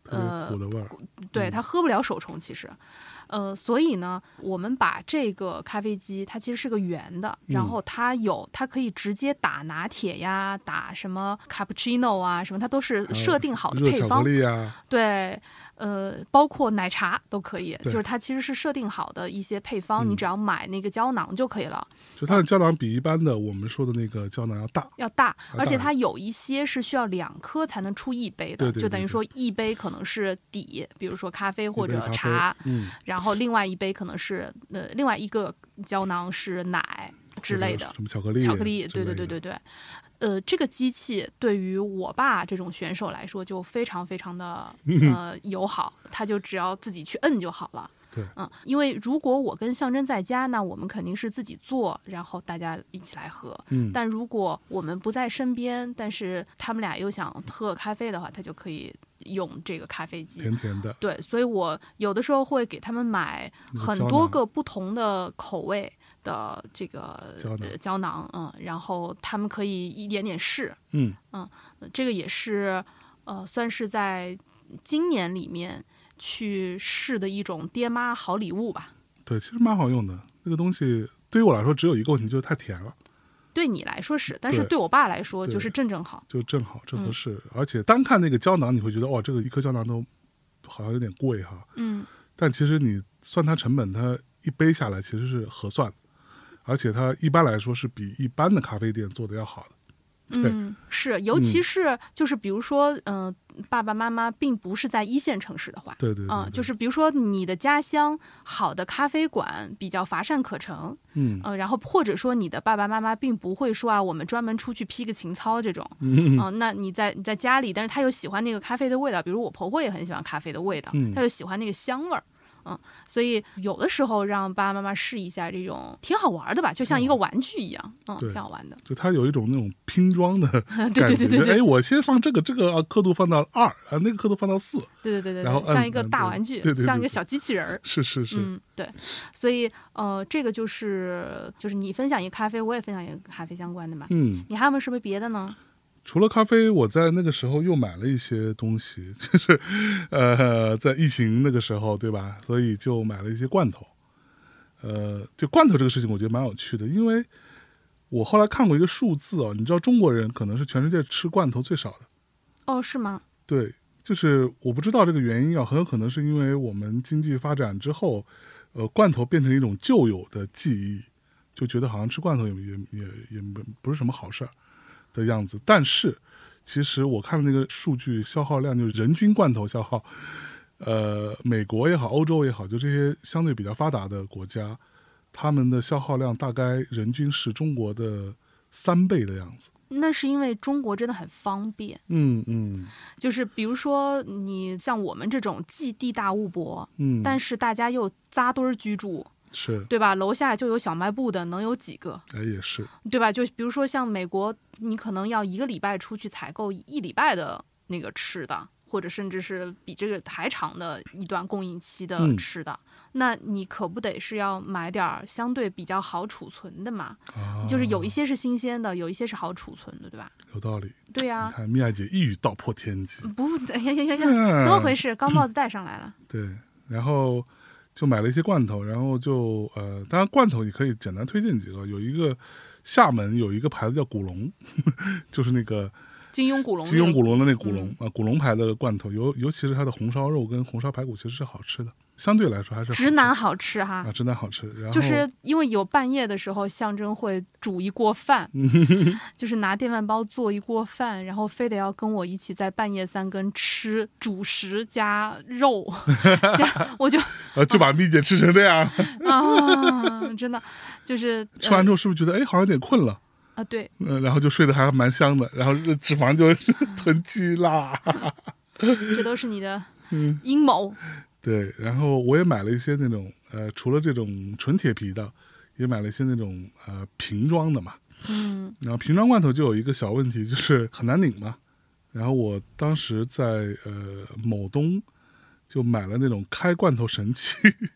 特别苦的味儿。 对，它喝不了手冲其实。所以呢，我们把这个咖啡机，它其实是个圆的，然后它可以直接打拿铁呀，打什么 cappuccino 啊，什么它都是设定好的配方。 热巧克力啊， 对，包括奶茶都可以， 对就是它其实是设定好的一些配方，你只要买那个胶囊就可以了。 就它的胶囊比一般的我们说的那个胶囊要大， 而且它有一些是需要2颗才能出1杯的， 对对对对， 就等于说1杯可能是底，比如说咖啡或者一杯咖啡茶，然后另外1杯可能是另外一个胶囊是奶之类的， 什么巧克力， 对。这个机器对于我爸这种选手来说就非常非常的友好，他就只要自己去摁就好了。 对， 因为如果我跟象征在家，那我们肯定是自己做，然后大家一起来喝。但如果我们不在身边，但是他们俩又想喝咖啡的话，他就可以用这个咖啡机， 甜甜的。 对，所以我有的时候会给他们买很多个不同的口味的这个胶囊，然后他们可以一点点试。这个也是算是在今年里面去试的一种爹妈好礼物吧。 对，其实蛮好用的。那个东西对于我来说只有一个问题，就是太甜了。 对你来说是，但是对我爸来说就是正好， 就正合适。而且单看那个胶囊，你会觉得哦，这个1颗胶囊都好像有点贵哈。但其实你算它成本，它1杯下来其实是合算的，而且它一般来说是比一般的咖啡店做的要好的。 是，尤其是就是比如说，爸爸妈妈并不是在1线城市的话， 对， 就是比如说你的家乡好的咖啡馆比较乏善可陈，然后或者说你的爸爸妈妈并不会说我们专门出去批个情操这种，那你在家里，但是他又喜欢那个咖啡的味道，比如我婆婆也很喜欢咖啡的味道，她就喜欢那个香味儿。所以有的时候让爸爸妈妈试一下这种挺好玩的吧，就像一个玩具一样，挺好玩的。 就它有一种那种拼装的感觉， 对， 哎，我先放这个刻度放到2，那个刻度放到4， 对， 然后像一个大玩具， 对， 像一个小机器人儿。 是， 对，所以这个就是你分享一个咖啡，我也分享一个咖啡相关的嘛。你还有没有什么别的呢？ 除了咖啡，我在那个时候又买了一些东西，就是在疫情那个时候，对吧？所以就买了一些罐头。就罐头这个事情，我觉得蛮有趣的，因为我后来看过一个数字你知道中国人可能是全世界吃罐头最少的。 哦，是吗？对， 就是我不知道这个原因很有可能是因为我们经济发展之后，罐头变成一种旧有的记忆，就觉得好像吃罐头也不是什么好事儿的样子。但是其实我看那个数据，消耗量就是人均罐头消耗，美国也好，欧洲也好，就这些相对比较发达的国家，他们的消耗量大概人均是中国的3倍的样子。 那是因为中国真的很方便，就是比如说你像我们这种既地大物博，但是大家又扎堆儿居住， 是对吧？楼下就有小卖部的，能有几个？ 也是， 对吧？就比如说像美国，你可能要1个礼拜出去采购1礼拜的那个吃的，或者甚至是比这个还长的一段供应期的吃的，那你可不得是要买点相对比较好储存的嘛？就是有一些是新鲜的，有一些是好储存的，对吧？ 有道理。 对呀， 你看米娅姐一语道破天机。 不，呀，怎么回事？高帽子戴上来了。 对，然后就买了一些罐头，然后就当然罐头你可以简单推荐几个，有一个厦门有一个牌子叫古龙，就是那个金庸古龙的那古龙古龙牌的罐头，尤其是它的红烧肉跟红烧排骨其实是好吃的，相对来说还是直男好吃哈直男好吃。然后就是因为有半夜的时候，象征会煮一锅饭，就是拿电饭煲做一锅饭，然后非得要跟我一起在半夜3更吃主食加肉，我就把蜜姐吃成这样真的就是吃完之后是不是觉得好像有点困了？ 对， 然后就睡得还蛮香的，然后脂肪就囤积啦。 这都是你的阴谋。 对，然后我也买了一些那种除了这种纯铁皮的，也买了一些那种瓶装的嘛。然后瓶装罐头就有一个小问题，就是很难拧嘛。然后我当时在某东就买了那种开罐头神器，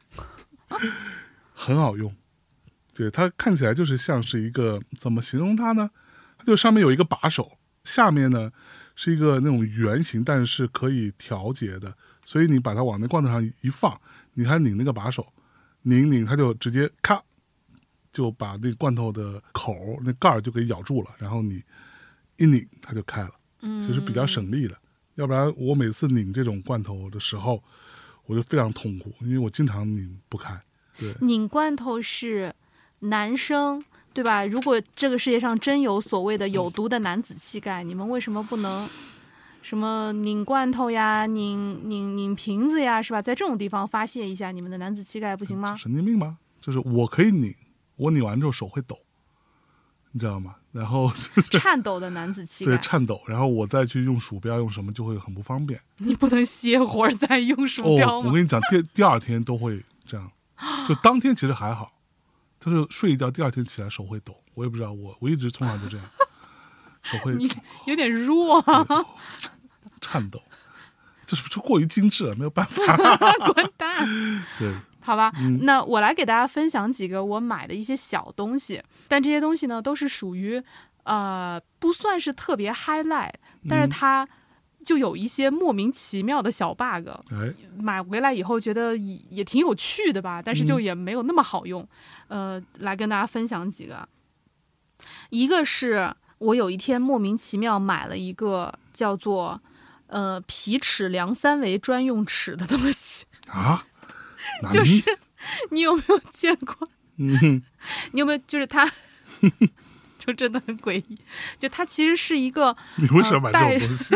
很好用。对，它看起来就是像是一个，怎么形容它呢？它就上面有一个把手，下面呢是一个那种圆形，但是可以调节的，所以你把它往那罐头上一放，你还拧那个把手，拧它就直接咔就把那罐头的口那盖儿就给咬住了，然后你一拧它就开了，其实比较省力的。要不然我每次拧这种罐头的时候我就非常痛苦，因为我经常拧不开。对， 拧罐头是男生对吧？如果这个世界上真有所谓的有毒的男子气概，你们为什么不能什么拧罐头呀、拧瓶子呀，是吧？在这种地方发泄一下你们的男子气概不行吗？ 神经病吗？就是我可以拧，我拧完之后手会抖，你知道吗？然后颤抖的男子气概， 对，颤抖，然后我再去用鼠标用什么就会很不方便。 你不能歇会儿再用鼠标吗？ 我跟你讲，第二天都会这样，就当天其实还好，就是睡一觉，第二天起来手会抖，我也不知道，我一直从小就这样，手会你有点弱啊， 颤抖，这是不是过于精致了？没有办法， 滚蛋！ 对。 好吧，那我来给大家分享几个我买的一些小东西，但这些东西呢都是属于不算是特别 highlight， 但是它就有一些莫名其妙的小 bug，买回来以后觉得也挺有趣的吧，但是就也没有那么好用。来跟大家分享几个。一个是我有一天莫名其妙买了一个叫做皮尺量三维专用尺的东西啊。 就是你有没有见过？你有没有就是它就真的很诡异，就它其实是一个你为什么买这种东西？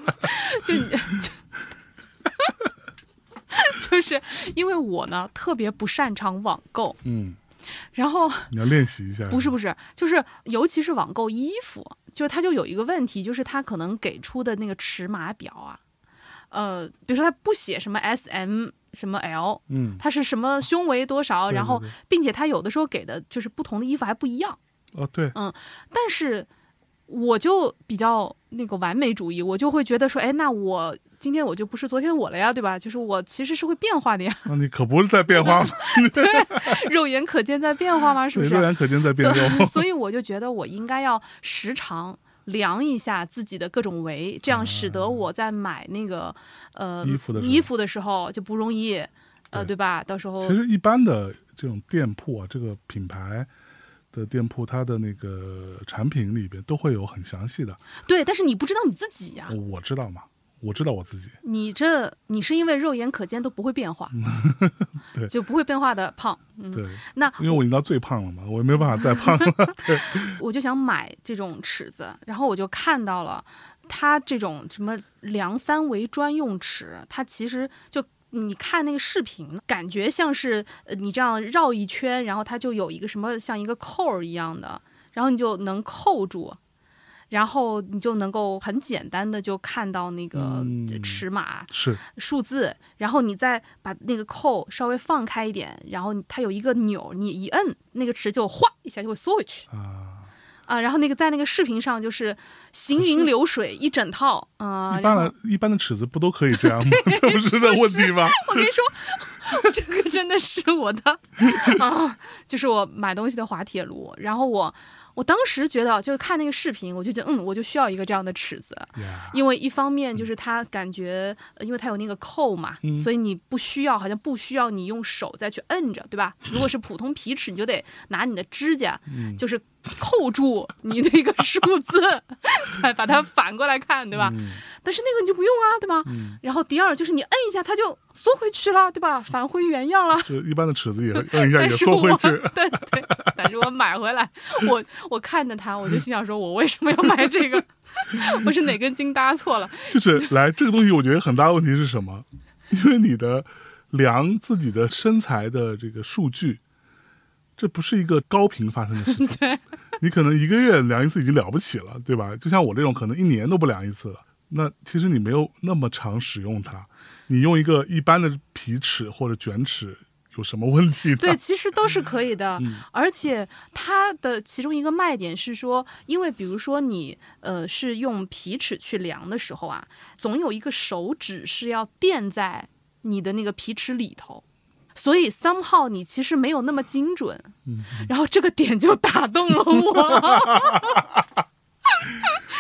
就是因为我呢特别不擅长网购，然后你要练习一下。 不是，就是尤其是网购衣服，就是它就有一个问题，就是它可能给出的那个尺码表啊，比如说它不写什么 SM。什么 L， 它是什么胸围多少， 对对对， 然后并且它有的时候给的就是不同的衣服还不一样。 对， 但是我就比较那个完美主义，我就会觉得说，哎，那我今天我就不是昨天我了呀，对吧？就是我其实是会变化的呀。 那你可不是在变化吗？ 对，肉眼可见在变化吗？是不是？ 肉眼可见在变动。 所以我就觉得我应该要时常量一下自己的各种围，这样使得我在买那个衣服的时候就不容易对吧？到时候其实一般的这种店铺啊，这个品牌的店铺，它的那个产品里边都会有很详细的。对， 但是你不知道你自己呀。 我知道嘛，我知道我自己。 你是因为肉眼可见都不会变化， 对， 就不会变化的胖。 对， 那因为我已经到最胖了嘛，我也没有办法再胖了。对， 我就想买这种尺子，然后我就看到了它这种什么量三维专用尺，它其实就你看那个视频，感觉像是你这样绕一圈，然后它就有一个什么像一个扣一样的，然后你就能扣住。然后你就能够很简单的就看到那个尺码、 是数字，然后你再把那个扣稍微放开一点，然后它有一个钮，你一摁那个尺就哗一下就会缩回去然后那个在那个视频上就是行云流水一整套一般的尺子不都可以这样吗？这不是这问题吗？ 我跟你说，这个真的是我的就是我买东西的滑铁卢，然后我当时觉得，就是看那个视频，我就觉得，我就需要一个这样的尺子，因为一方面就是它感觉，因为它有那个扣嘛，所以你好像不需要你用手再去摁着，对吧？如果是普通皮尺，你就得拿你的指甲，就是扣住你那个数字，再把它反过来看，对吧？但是那个你就不用啊，对吧？然后第二就是你摁一下，它就缩回去了，对吧？返回原样了。 就一般的尺子也摁一下也缩回去。 对，但是我买回来，我看着它，我就心想说，我为什么要买这个？我是哪根筋搭错了？ 就是这个东西，我觉得很大的问题是什么？因为你的量自己的身材的这个数据，这不是一个高频发生的事情。 对， 你可能1个月量一次已经了不起了，对吧？就像我这种可能1年都不量一次了。那其实你没有那么常使用它，你用一个一般的皮尺或者卷尺有什么问题呢？ 对，其实都是可以的。而且它的其中一个卖点是说，因为比如说你是用皮尺去量的时候啊，总有一个手指是要垫在你的那个皮尺里头，所以 somehow 你其实没有那么精准。然后这个点就打动了我。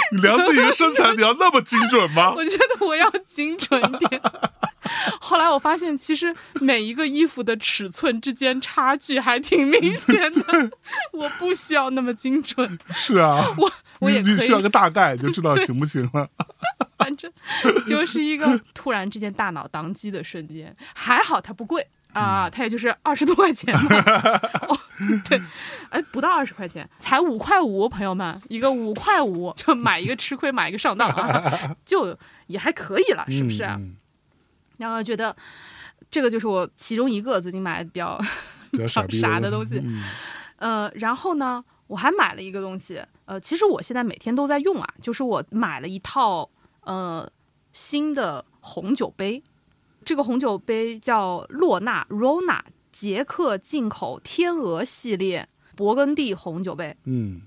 你量自己的身材，你要那么精准吗？ 我觉得我要精准一点。后来我发现，其实每一个衣服的尺寸之间差距还挺明显的，我不需要那么精准。 是啊， 我也可以， 你需要个大概就知道行不行了。 反正就是一个突然之间大脑宕机的瞬间。还好它不贵啊，它也就是20多块钱嘛。哦，对，哎，不到20块钱，才5块5，朋友们，一个5块5就买一个吃亏，买一个上当啊，就也还可以了，是不是？然后觉得这个就是我其中一个最近买的比较傻的东西。然后呢，我还买了一个东西，其实我现在每天都在用啊，就是我买了一套新的红酒杯。这个红酒杯叫洛纳 Rona 捷克进口天鹅系列勃艮第红酒杯。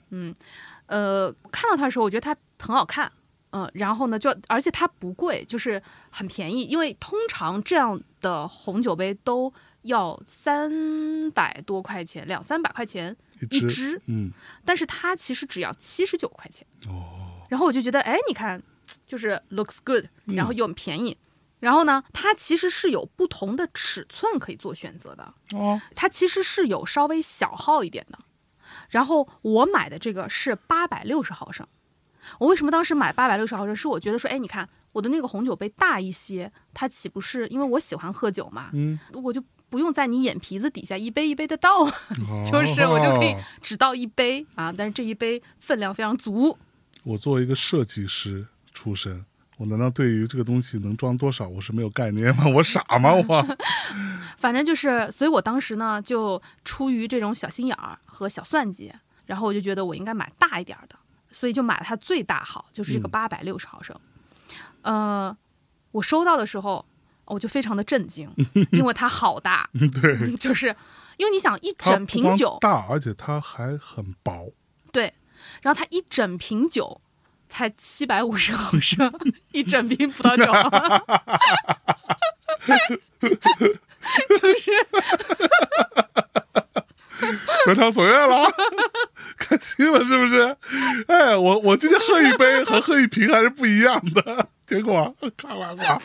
看到它的时候，我觉得它很好看。然后呢，而且它不贵，就是很便宜，因为通常这样的红酒杯都要300多块钱，200-300块钱一支，但是它其实只要79块钱。然后我就觉得，哎，你看，就是 looks good， 然后又很便宜。然后呢，它其实是有不同的尺寸可以做选择的。它其实是有稍微小号一点的。然后我买的这个是860毫升。我为什么当时买860毫升？是我觉得说，哎，你看我的那个红酒杯大一些，它岂不是因为我喜欢喝酒嘛？我就不用在你眼皮子底下一杯一杯的倒，就是我就可以只倒一杯啊。但是这一杯分量非常足。 我作为一个设计师出身，我难道对于这个东西能装多少我是没有概念吗？我傻吗我？ 反正就是，所以我当时呢就出于这种小心眼儿和小算计，然后我就觉得我应该买大一点的。所以就买了它最大号，就是这个860毫升。我收到的时候，我就非常的震惊，因为它好大。 对， 就是因为你想一整瓶酒大，而且它还很薄。 对，然后它一整瓶酒才750毫升，一整瓶葡萄酒，就是得偿所愿了。开心了是不是？哎，我今天喝一杯和喝一瓶还是不一样的。结果看完了，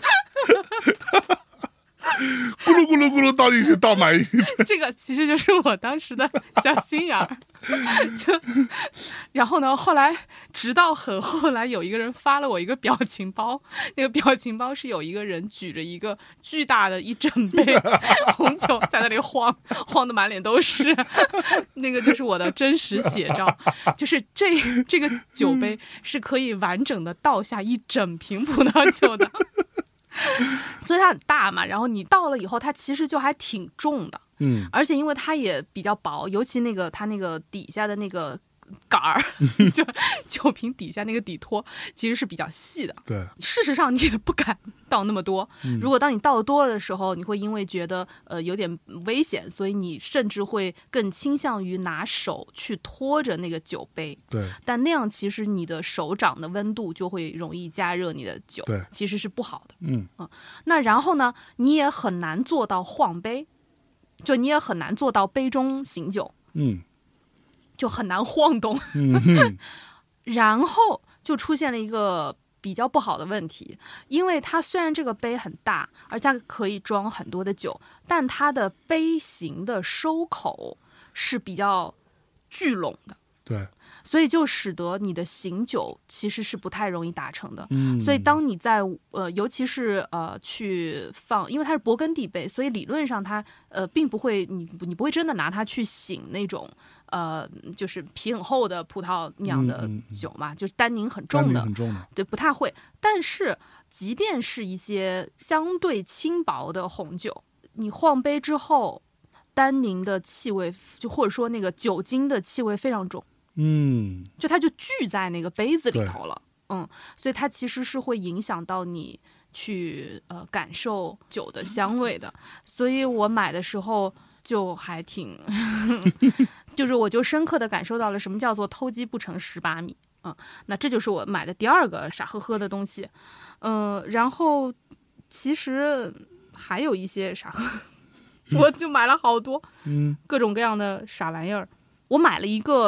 咕噜咕噜咕噜倒进去，倒满一支。 这个其实就是我当时的小心眼儿。然后呢，后来直到很后来，有一个人发了我一个表情包，那个表情包是有一个人举着一个巨大的一整杯红酒在那里晃的满脸都是，那个就是我的真实写照，就是这个酒杯是可以完整的倒下一整瓶葡萄酒的。所以它很大嘛，然后你倒了以后，它其实就还挺重的。而且因为它也比较薄，尤其它那个底下的那个杆儿，就酒瓶底下那个底托其实是比较细的。 对， 事实上你也不敢倒那么多。如果当你倒的多了的时候，你会因为觉得有点危险，所以你甚至会更倾向于拿手去托着那个酒杯。 对， 但那样其实你的手掌的温度就会容易加热你的酒， 对， 其实是不好的。那然后呢，你也很难做到晃杯，就你也很难做到杯中醒酒。就很难晃动。然后就出现了一个比较不好的问题，因为它虽然这个杯很大，而且它可以装很多的酒，但它的杯型的收口是比较聚拢的。 对， 所以就使得你的醒酒其实是不太容易达成的。所以当你在尤其是去放，因为它是勃艮第杯，所以理论上它并不会，你不会真的拿它去醒那种就是皮很厚的葡萄酿的酒嘛，就是单宁很重的，对，不太会。但是即便是一些相对轻薄的红酒，你晃杯之后，单宁的气味就或者说那个酒精的气味非常重。就它就聚在那个杯子里头了。所以它其实是会影响到你去感受酒的香味的。所以我买的时候就还挺就是我就深刻的感受到了什么叫做偷鸡不成蚀把米。那这就是我买的第二个傻呵呵的东西。然后其实还有一些傻呵呵我就买了好多各种各样的傻玩意儿。我买了一个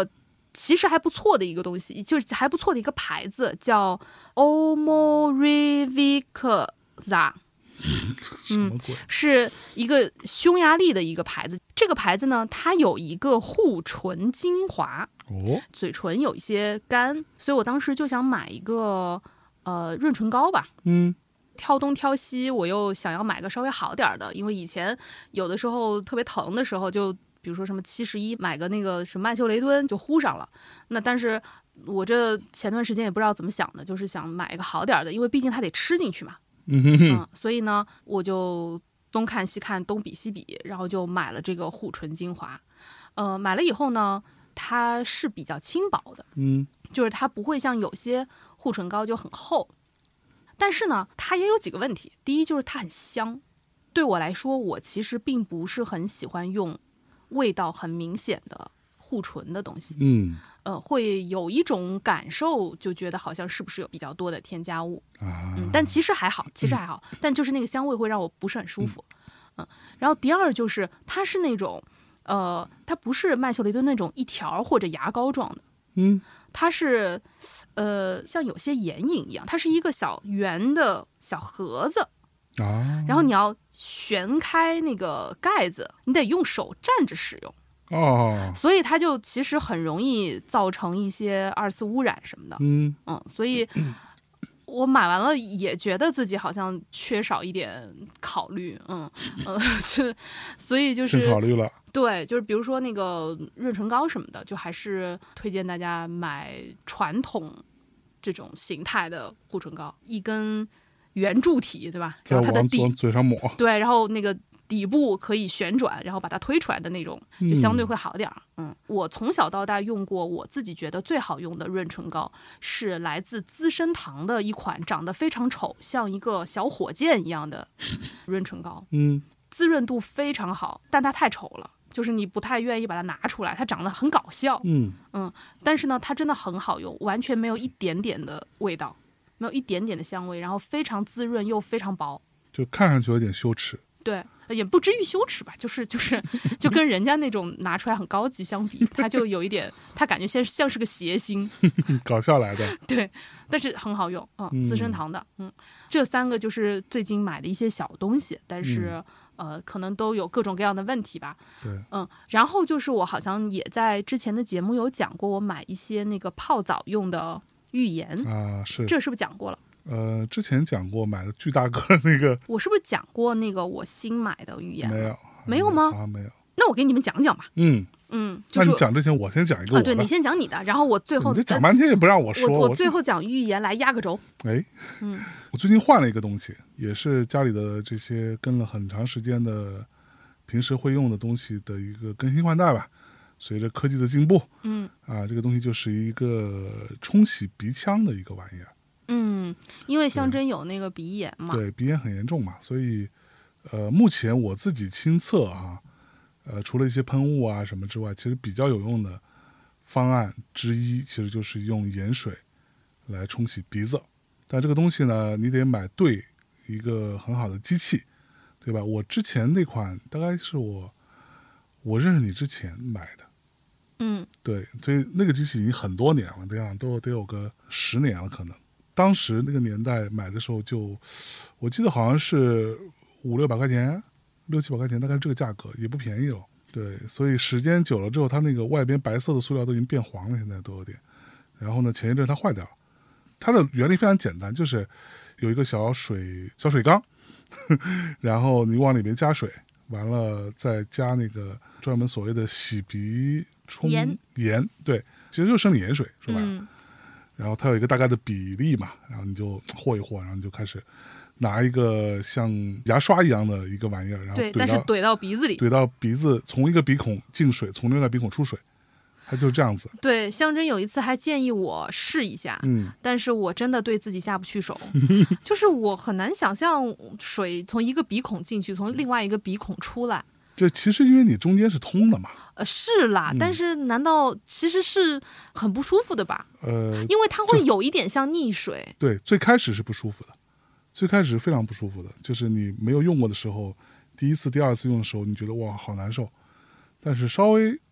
其实还不错的一个东西，就是还不错的一个牌子，叫 Omorivica。 什么鬼？ 是一个匈牙利的一个牌子。这个牌子呢，它有一个护唇精华，嘴唇有一些干，所以我当时就想买一个润唇膏吧。挑东挑西，我又想要买个稍微好点的，因为以前有的时候特别疼的时候，就比如说什么71买个那个什么曼秀雷敦就呼上了。那但是我这前段时间也不知道怎么想的，就是想买一个好点的，因为毕竟它得吃进去嘛。所以呢，我就东看西看，东比西比，然后就买了这个护唇精华。买了以后呢，它是比较轻薄的，就是它不会像有些护唇膏就很厚。但是呢，它也有几个问题。第一就是它很香，对我来说，我其实并不是很喜欢用味道很明显的护唇的东西。会有一种感受，就觉得好像是不是有比较多的添加物但其实还好，但就是那个香味会让我不是很舒服。然后第二就是它是那种它不是曼秀雷敦那种一条或者牙膏状的，它是像有些眼影一样，它是一个小圆的小盒子然后你要旋开那个盖子，你得用手蘸着使用。所以它就其实很容易造成一些2次污染什么的。所以我买完了也觉得自己好像缺少一点考虑。所以就是先考虑了。 对，就是比如说那个润唇膏什么的，就还是推荐大家买传统这种形态的护唇膏，一根圆柱体，对吧？然后它的底往嘴上抹。 对，然后那个底部可以旋转，然后把它推出来的那种，就相对会好点。我从小到大用过我自己觉得最好用的润唇膏，是来自资生堂的一款长得非常丑，像一个小火箭一样的润唇膏。滋润度非常好，但它太丑了，就是你不太愿意把它拿出来，它长得很搞笑。但是呢，它真的很好用，完全没有一点点的味道，没有一点点的香味，然后非常滋润又非常薄， 就看上去有点羞耻。 对，也不至于羞耻吧，就跟人家那种拿出来很高级相比，它就有一点，它感觉像是个谐星， 搞笑来的。 对，但是很好用。资生堂的。这3个就是最近买的一些小东西，但是可能都有各种各样的问题吧。 对。 然后就是我好像也在之前的节目有讲过，我买一些那个泡澡用的浴盐是， 这是不是讲过了？ 之前讲过买的巨大个那个， 我是不是讲过那个我新买的浴盐？ 没有吗？没有。 那我给你们讲讲吧。 那你讲之前，我先讲一个我的。 对，你先讲你的，然后我最后你讲半天也不让我说。 我最后讲浴盐来压个轴。 我最近换了一个东西，也是家里的这些跟了很长时间的平时会用的东西的一个更新换代吧。随着科技的进步，这个东西就是一个冲洗鼻腔的一个玩意儿。 因为象征有那个鼻炎嘛， 对，鼻炎很严重嘛，所以目前我自己亲测除了一些喷雾啊什么之外，其实比较有用的方案之一，其实就是用盐水来冲洗鼻子。但这个东西呢，你得买对一个很好的机器，对吧？我之前那款大概是我认识你之前买的。对，所以那个机器已经很多年了，这样都得有个10年了可能。当时那个年代买的时候我记得好像是500-600块钱，600-700块钱，大概是这个价格，也不便宜了。对，所以时间久了之后，它那个外边白色的塑料都已经变黄了，现在都有点。然后呢，前一阵它坏掉了。它的原理非常简单，就是有一个小水缸，然后你往里面加水，完了再加那个专门所谓的洗鼻冲盐，对，其实就是生理盐水，是吧？然后它有一个大概的比例嘛，然后你就和一和，然后你就开始拿一个像牙刷一样的一个玩意儿，然后对，但是怼到鼻子里， 怼到鼻子，从一个鼻孔进水，从另外一个鼻孔出水，它就是这样子。 对，象征有一次还建议我试一下，但是我真的对自己下不去手，就是我很难想象水从一个鼻孔进去，从另外一个鼻孔出来。 这其实因为你中间是通的嘛， 是啦，但是难道其实是很不舒服的吧？因为它会有一点像溺水。 对，最开始是不舒服的，最开始是非常不舒服的，就是你没有用过的时候，第一次、第二次用的时候，你觉得哇好难受，但是稍微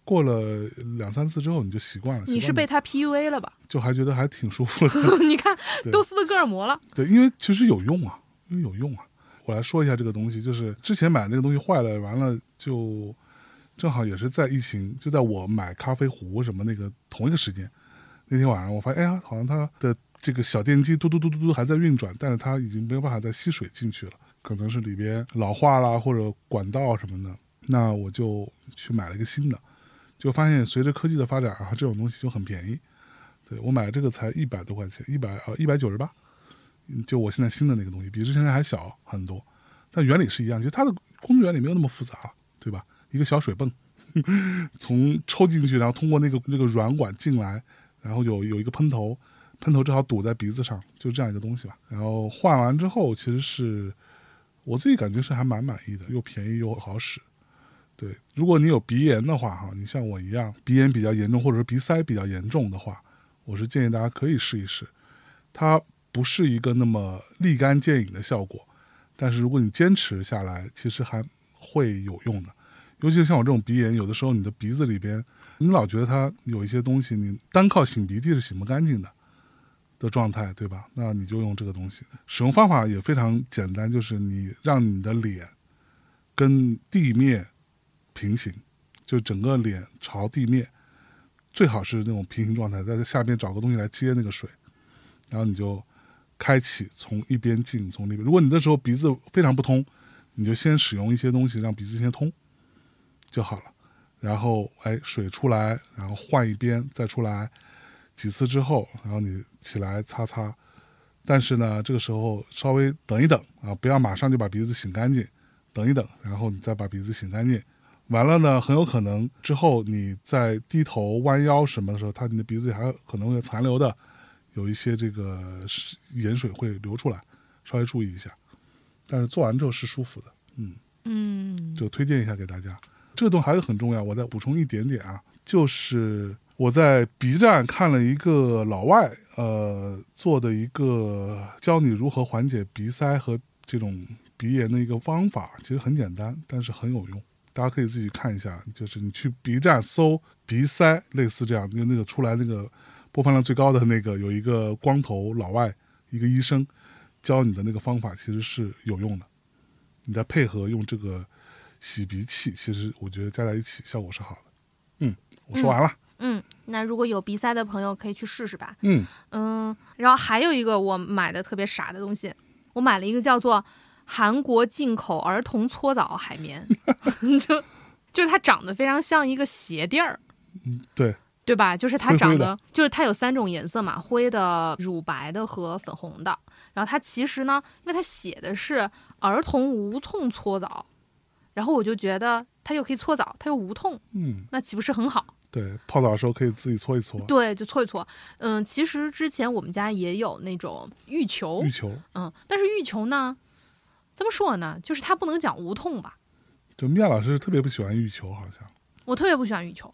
过了2-3次之后你就习惯了。 你是被他 PUA 了吧？ 就还觉得还挺舒服的。 你看都斯德哥尔摩了。 对，因为其实有用啊，我来说一下这个东西，就是之前买那个东西坏了，完了就正好也是在疫情，就在我买咖啡壶什么那个同一个时间，那天晚上我发现，哎呀，好像它的这个小电机嘟嘟嘟嘟嘟还在运转，但是它已经没有办法再吸水进去了，可能是里边老化啦或者管道什么的。那我就去买了一个新的，就发现随着科技的发展啊，这种东西就很便宜。对，我买这个才100多块钱，198，就我现在新的那个东西，比之前还小很多，但原理是一样，其实它的工作原理没有那么复杂了，对吧？一个小水泵，从抽进去，然后通过那个软管进来，然后有一个喷头正好堵在鼻子上，就这样一个东西吧。然后换完之后，其实是我自己感觉是还蛮满意的，又便宜又好使。对，如果你有鼻炎的话哈，你像我一样鼻炎比较严重，或者是鼻塞比较严重的话，我是建议大家可以试一试。它不是一个那么立竿见影的效果，但是如果你坚持下来，其实还会有用的。尤其是像我这种鼻炎，有的时候你的鼻子里边，你老觉得它有一些东西，你单靠擤鼻涕是擤不干净的状态，对吧？那你就用这个东西。使用方法也非常简单，就是你让你的脸跟地面平行，就整个脸朝地面，最好是那种平行状态，在下面找个东西来接那个水，然后你就开启从一边进从那边。如果你那时候鼻子非常不通，你就先使用一些东西让鼻子先通就好了。然后水出来，然后换一边再出来几次之后，然后你起来擦擦。但是呢，这个时候稍微等一等啊，不要马上就把鼻子擤干净，等一等，然后你再把鼻子擤干净。完了呢，很有可能之后你在低头弯腰什么的时候，你的鼻子还可能会残留的有一些这个盐水会流出来，稍微注意一下。但是做完之后是舒服的，就推荐一下给大家。这个东西还有很重要，我再补充一点点啊，就是我在 B 站看了一个老外做的一个教你如何缓解鼻塞和这种鼻炎的一个方法，其实很简单，但是很有用。大家可以自己看一下，就是你去 B 站搜鼻塞，类似这样，就那个出来那个播放量最高的那个，有一个光头老外，一个医生教你的那个方法，其实是有用的。你再配合用这个洗鼻器，其实我觉得加在一起效果是好的。我说完了。 那如果有鼻塞的朋友可以去试试吧。然后还有一个我买的特别傻的东西，我买了一个叫做韩国进口儿童搓澡海绵，就是它长得非常像一个鞋垫儿，对吧？就是它长得就是它有3种颜色嘛，灰的、乳白的和粉红的。然后它其实呢，因为它写的是儿童无痛搓澡，然后我就觉得它又可以搓澡，它又无痛，那岂不是很好？ 对，泡澡的时候可以自己搓一搓。 对，就搓一搓。其实之前我们家也有那种浴球，但是浴球呢，怎么说呢？就是它不能讲无痛吧？ 就米娅老师特别不喜欢浴球，好像。 我特别不喜欢浴球。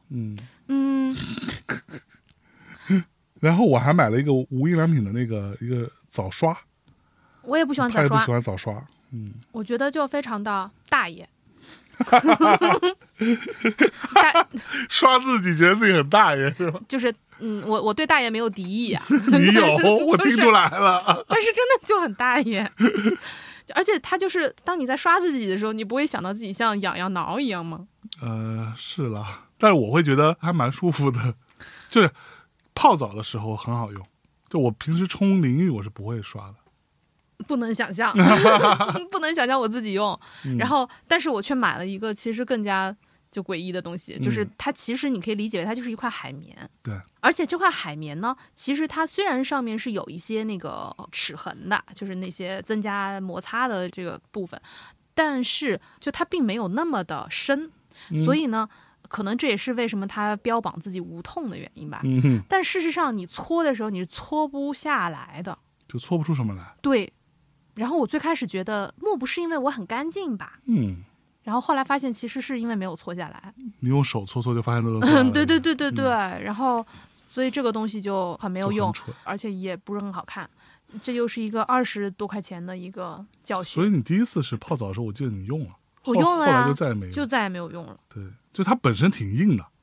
然后我还买了一个无印良品的一个澡刷。 我也不喜欢澡刷。 他也不喜欢澡刷。 我觉得就非常的大爷。 刷自己觉得自己很大爷是吧？ 就是我对大爷没有敌意啊。 你有，我听出来了。 但是真的就很大爷。而且他就是当你在刷自己的时候，你不会想到自己像痒痒挠一样吗？ 是啦，但是我会觉得还蛮舒服的，就是泡澡的时候很好用。就我平时冲淋浴我是不会刷的。 不能想象，不能想象我自己用。然后，但是我却买了一个其实更加就诡异的东西，就是它其实你可以理解为它就是一块海绵。 对。 而且这块海绵呢，其实它虽然上面是有一些那个齿痕的，就是那些增加摩擦的这个部分，但是就它并没有那么的深，所以呢，可能这也是为什么它标榜自己无痛的原因吧。但事实上你搓的时候你是搓不下来的， 就搓不出什么来。 对。然后我最开始觉得莫不是因为我很干净吧？然后后来发现其实是因为没有搓下来。你用手搓搓就发现都搓下来了。 对。然后所以这个东西就很没有用，而且也不是很好看。这又是一个20多块钱的一个教训。 所以你第一次是泡澡的时候，我记得你用了。 我用了呀， 后来就再也没用了。 就再也没有用了。 对，就它本身挺硬的。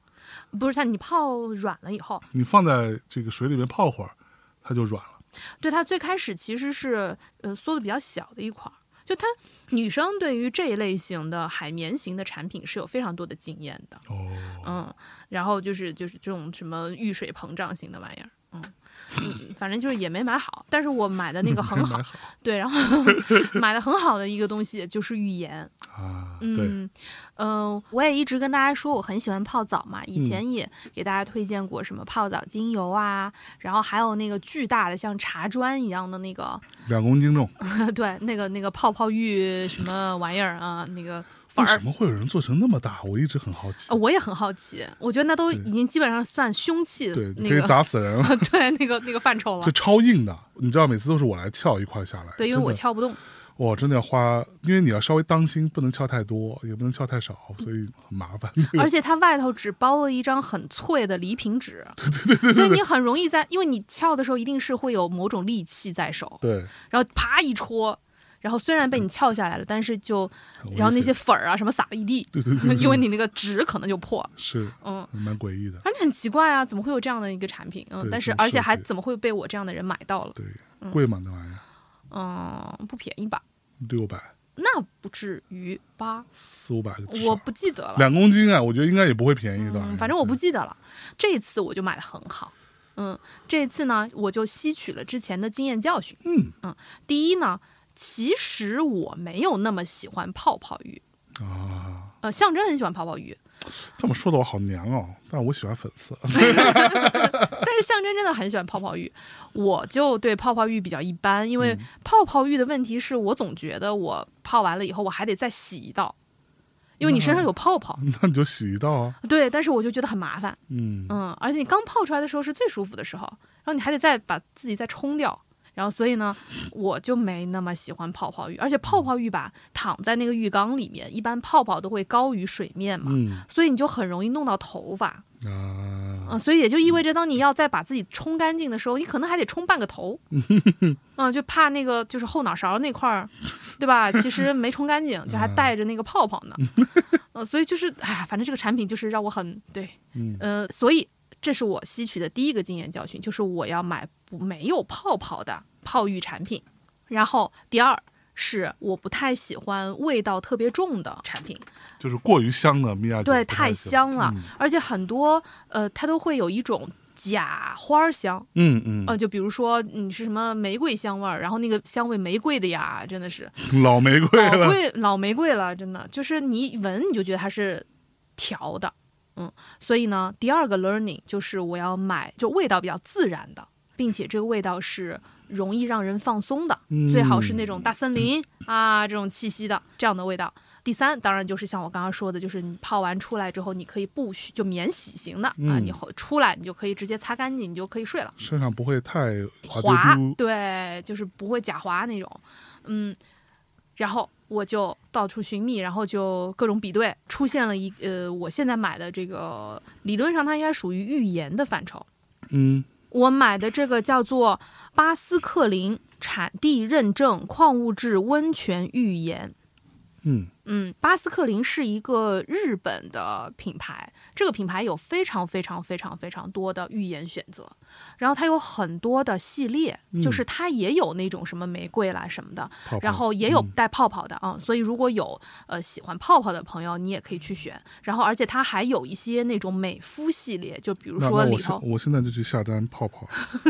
不是它，你泡软了以后， 你放在这个水里面泡会儿，它就软了。 对，它最开始其实是缩的比较小的一块儿。就它女生对于这一类型的海绵型的产品是有非常多的经验的。然后就是这种什么遇水膨胀型的玩意儿。反正就是也没买好，但是我买的那个很好，对，然后买的很好的一个东西就是浴盐啊， 对，我也一直跟大家说我很喜欢泡澡嘛，以前也给大家推荐过什么泡澡精油啊，然后还有那个巨大的像茶砖一样的那个 2公斤重， 对，那个泡泡浴什么玩意儿啊，那个。 为什么会有人做成那么大？我一直很好奇。 我也很好奇，我觉得那都已经基本上算凶器， 对， 那可以砸死人了。 对，那个范畴了。 这超硬的，你知道，每次都是我来撬一块下来。 对，因为我撬不动。 哇，真的要花，因为你要稍微当心，不能撬太多，也不能撬太少，所以很麻烦。 而且它外头只包了一张很脆的礼品纸， 对， 所以你很容易因为你撬的时候一定是会有某种力气在手， 对， 然后啪一戳。然后虽然被你撬下来了，但是然后那些粉儿啊什么撒了一地， 对， 因为你那个纸可能就破， 是，蛮诡异的， 而且很奇怪啊，怎么会有这样的一个产品？但是而且还怎么会被我这样的人买到了？ 对，贵吗那玩意儿？不便宜吧 ？600？ 那不至于吧 ？400-500？ 我不记得了。 2公斤啊，我觉得应该也不会便宜的。 反正我不记得了。这次我就买的很好。这次呢，我就吸取了之前的经验教训。第一呢。其实我没有那么喜欢泡泡浴啊，象征很喜欢泡泡浴。 这么说的我好娘哦，但我喜欢粉色。 但是象征真的很喜欢泡泡浴，我就对泡泡浴比较一般，因为泡泡浴的问题是我总觉得我泡完了以后我还得再洗一道，因为你身上有泡泡。 那你就洗一道啊。 对，但是我就觉得很麻烦。而且你刚泡出来的时候是最舒服的时候，然后你还得再把自己再冲掉。然后所以呢，我就没那么喜欢泡泡浴，而且泡泡浴吧，躺在那个浴缸里面，一般泡泡都会高于水面嘛，所以你就很容易弄到头发所以也就意味着，当你要再把自己冲干净的时候，你可能还得冲半个头，就怕那个就是后脑勺那块儿，对吧？其实没冲干净，就还带着那个泡泡呢，所以就是反正这个产品就是让我很对，所以。这是我吸取的第一个经验教训，就是我要买没有泡泡的泡浴产品。然后第二是我不太喜欢味道特别重的产品， 就是过于香的米娅。 对，太香了，而且很多它都会有一种假花香。就比如说你是什么玫瑰香味儿，然后那个香味玫瑰的呀，真的是老玫瑰了， 老玫瑰了，真的就是你一闻你就觉得它是调的。所以呢，第二个 learning 就是我要买就味道比较自然的，并且这个味道是容易让人放松的，最好是那种大森林这种气息的这样的味道。第三，当然就是像我刚刚说的，就是你泡完出来之后，你可以不需就免洗型的你出来你就可以直接擦干净，你就可以睡了， 身上不会太滑，对，就是不会假滑那种。然后我就到处寻觅，然后就各种比对，出现了我现在买的这个，理论上它应该属于浴盐的范畴。我买的这个叫做巴斯克林产地认证矿物质温泉浴盐。巴斯克林是一个日本的品牌，这个品牌有非常非常非常非常多的浴盐选择，然后它有很多的系列，就是它也有那种什么玫瑰啦什么的，然后也有带泡泡的所以如果有喜欢泡泡的朋友，你也可以去选。然后而且它还有一些那种美肤系列，就比如说里头， 我现在就去下单泡泡。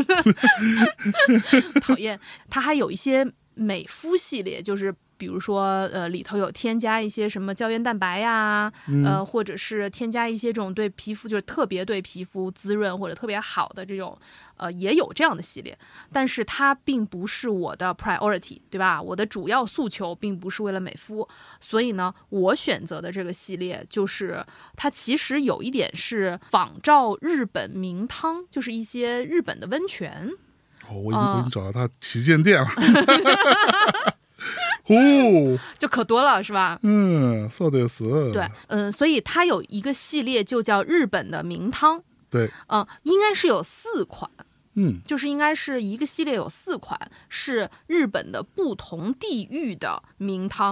讨厌，它还有一些美肤系列，就是比如说里头有添加一些什么胶原蛋白呀，或者是添加一些这种对皮肤就是特别对皮肤滋润或者特别好的这种也有这样的系列，但是它并不是我的 priority， 对吧？我的主要诉求并不是为了美肤，所以呢，我选择的这个系列就是它其实有一点是仿照日本名汤，就是一些日本的温泉。 我已经找到它旗舰店了。 就可多了是吧？ そうです。 对，所以它有一个系列就叫日本的名汤。 对， 应该是有4款。就是应该是一个系列有4款是日本的不同地域的名汤。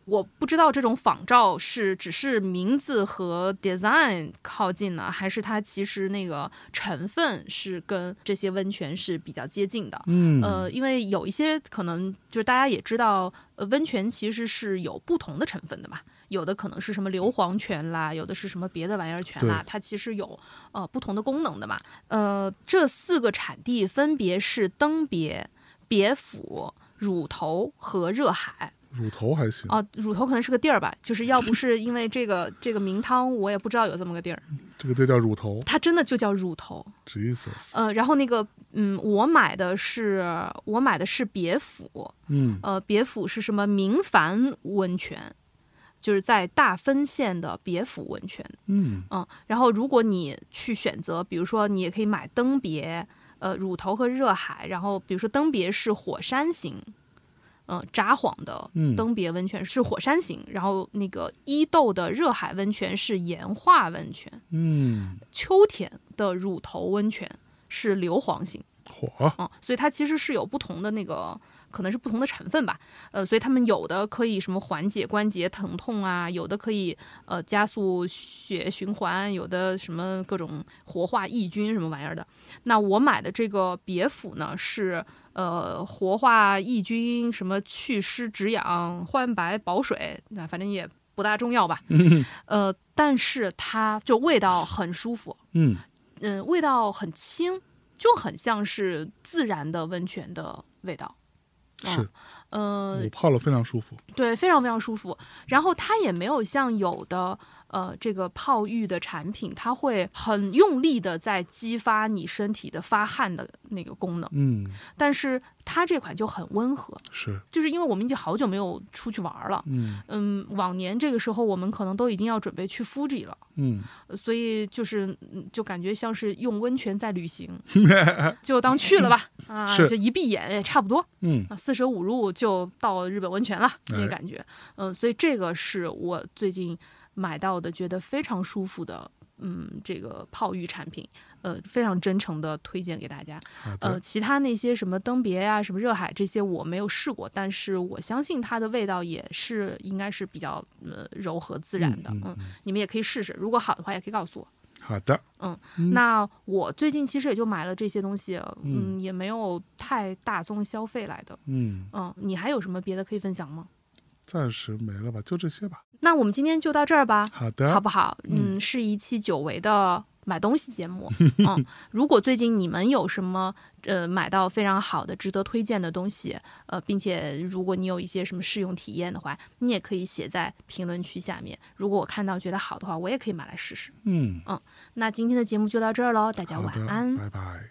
我不知道这种仿照是只是名字和 design 靠近呢，还是它其实那个成分是跟这些温泉是比较接近的。因为有一些可能就是大家也知道，温泉其实是有不同的成分的嘛。有的可能是什么硫磺泉啦，有的是什么别的玩意儿泉啦，它其实有不同的功能的嘛。这4个产地分别是登别、别府、乳头和热海。 乳头还行乳头可能是个地儿吧，就是要不是因为这个名汤，我也不知道有这么个地儿。 这个地叫乳头， 它真的就叫乳头。 Jesus。 然后那个我买的是别府。别府是什么明矾温泉。就是在大分县的别府温泉。然后如果你去选择，比如说你也可以买登别、乳头和热海，然后比如说登别是火山型，札幌的登别温泉是火山型，然后那个伊豆的热海温泉是盐化温泉，秋田的乳头温泉是硫磺型。所以它其实是有不同的那个，可能是不同的成分吧。所以他们有的可以什么缓解关节疼痛啊，有的可以加速血液循环，有的什么各种活化抑菌什么玩意儿的。那我买的这个别府呢是活化抑菌，什么祛湿止痒、焕白保水，那反正也不大重要吧。但是它就味道很舒服，味道很轻。就很像是自然的温泉的味道。 是，我泡了非常舒服。 对，非常非常舒服。然后它也没有像有的这个泡浴的产品，它会很用力的在激发你身体的发汗的那个功能。但是它这款就很温和。是，就是因为我们已经好久没有出去玩了。往年这个时候我们可能都已经要准备去Fuji了。所以就感觉像是用温泉在旅行，就当去了吧。就一闭眼也差不多。四舍五入就到日本温泉了，那个感觉。所以这个是我最近买到的，觉得非常舒服的。这个泡浴产品，非常真诚的推荐给大家。其他那些什么登别呀、什么热海这些我没有试过，但是我相信它的味道也是应该是比较柔和自然的。你们也可以试试，如果好的话也可以告诉我。 好的。 那我最近其实也就买了这些东西，也没有太大宗消费来的。你还有什么别的可以分享吗？ 暂时没了吧，就这些吧。 那我们今天就到这儿吧。 好的， 好不好？是一期久违的买东西节目。如果最近你们有什么买到非常好的值得推荐的东西，并且如果你有一些什么试用体验的话，你也可以写在评论区下面。如果我看到觉得好的话，我也可以买来试试。那今天的节目就到这儿喽，大家晚安， 拜拜。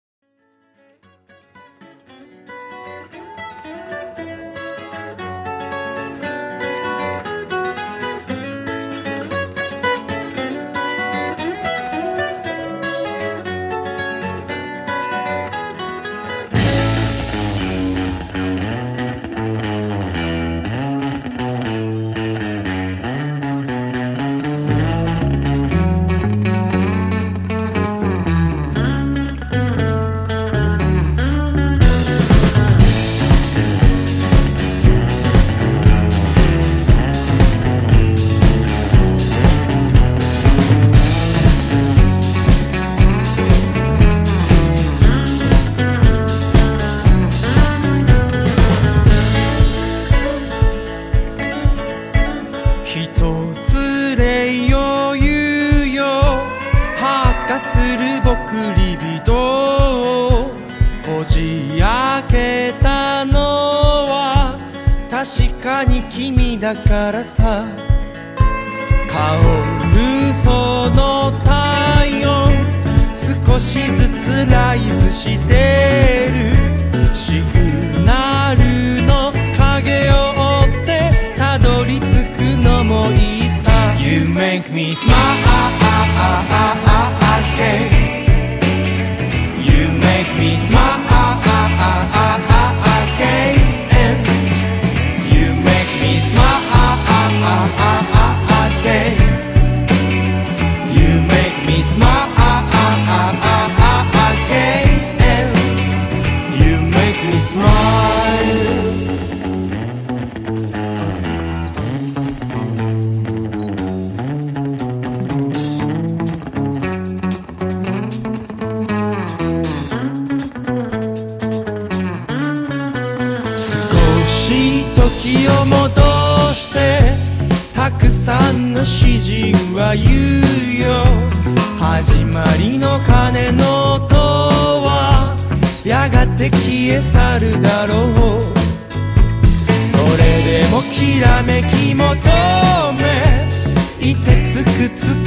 確かに君だからさ香るその体温少しずつライズしてるシグナルの影を追ってたどり着くのもいいさ You make me smile You make me smile 時を戻してたくさんの詩人は言うよ。始まりの鐘の音はやがて消え去るだろう。それでもきらめき求めいてつくつ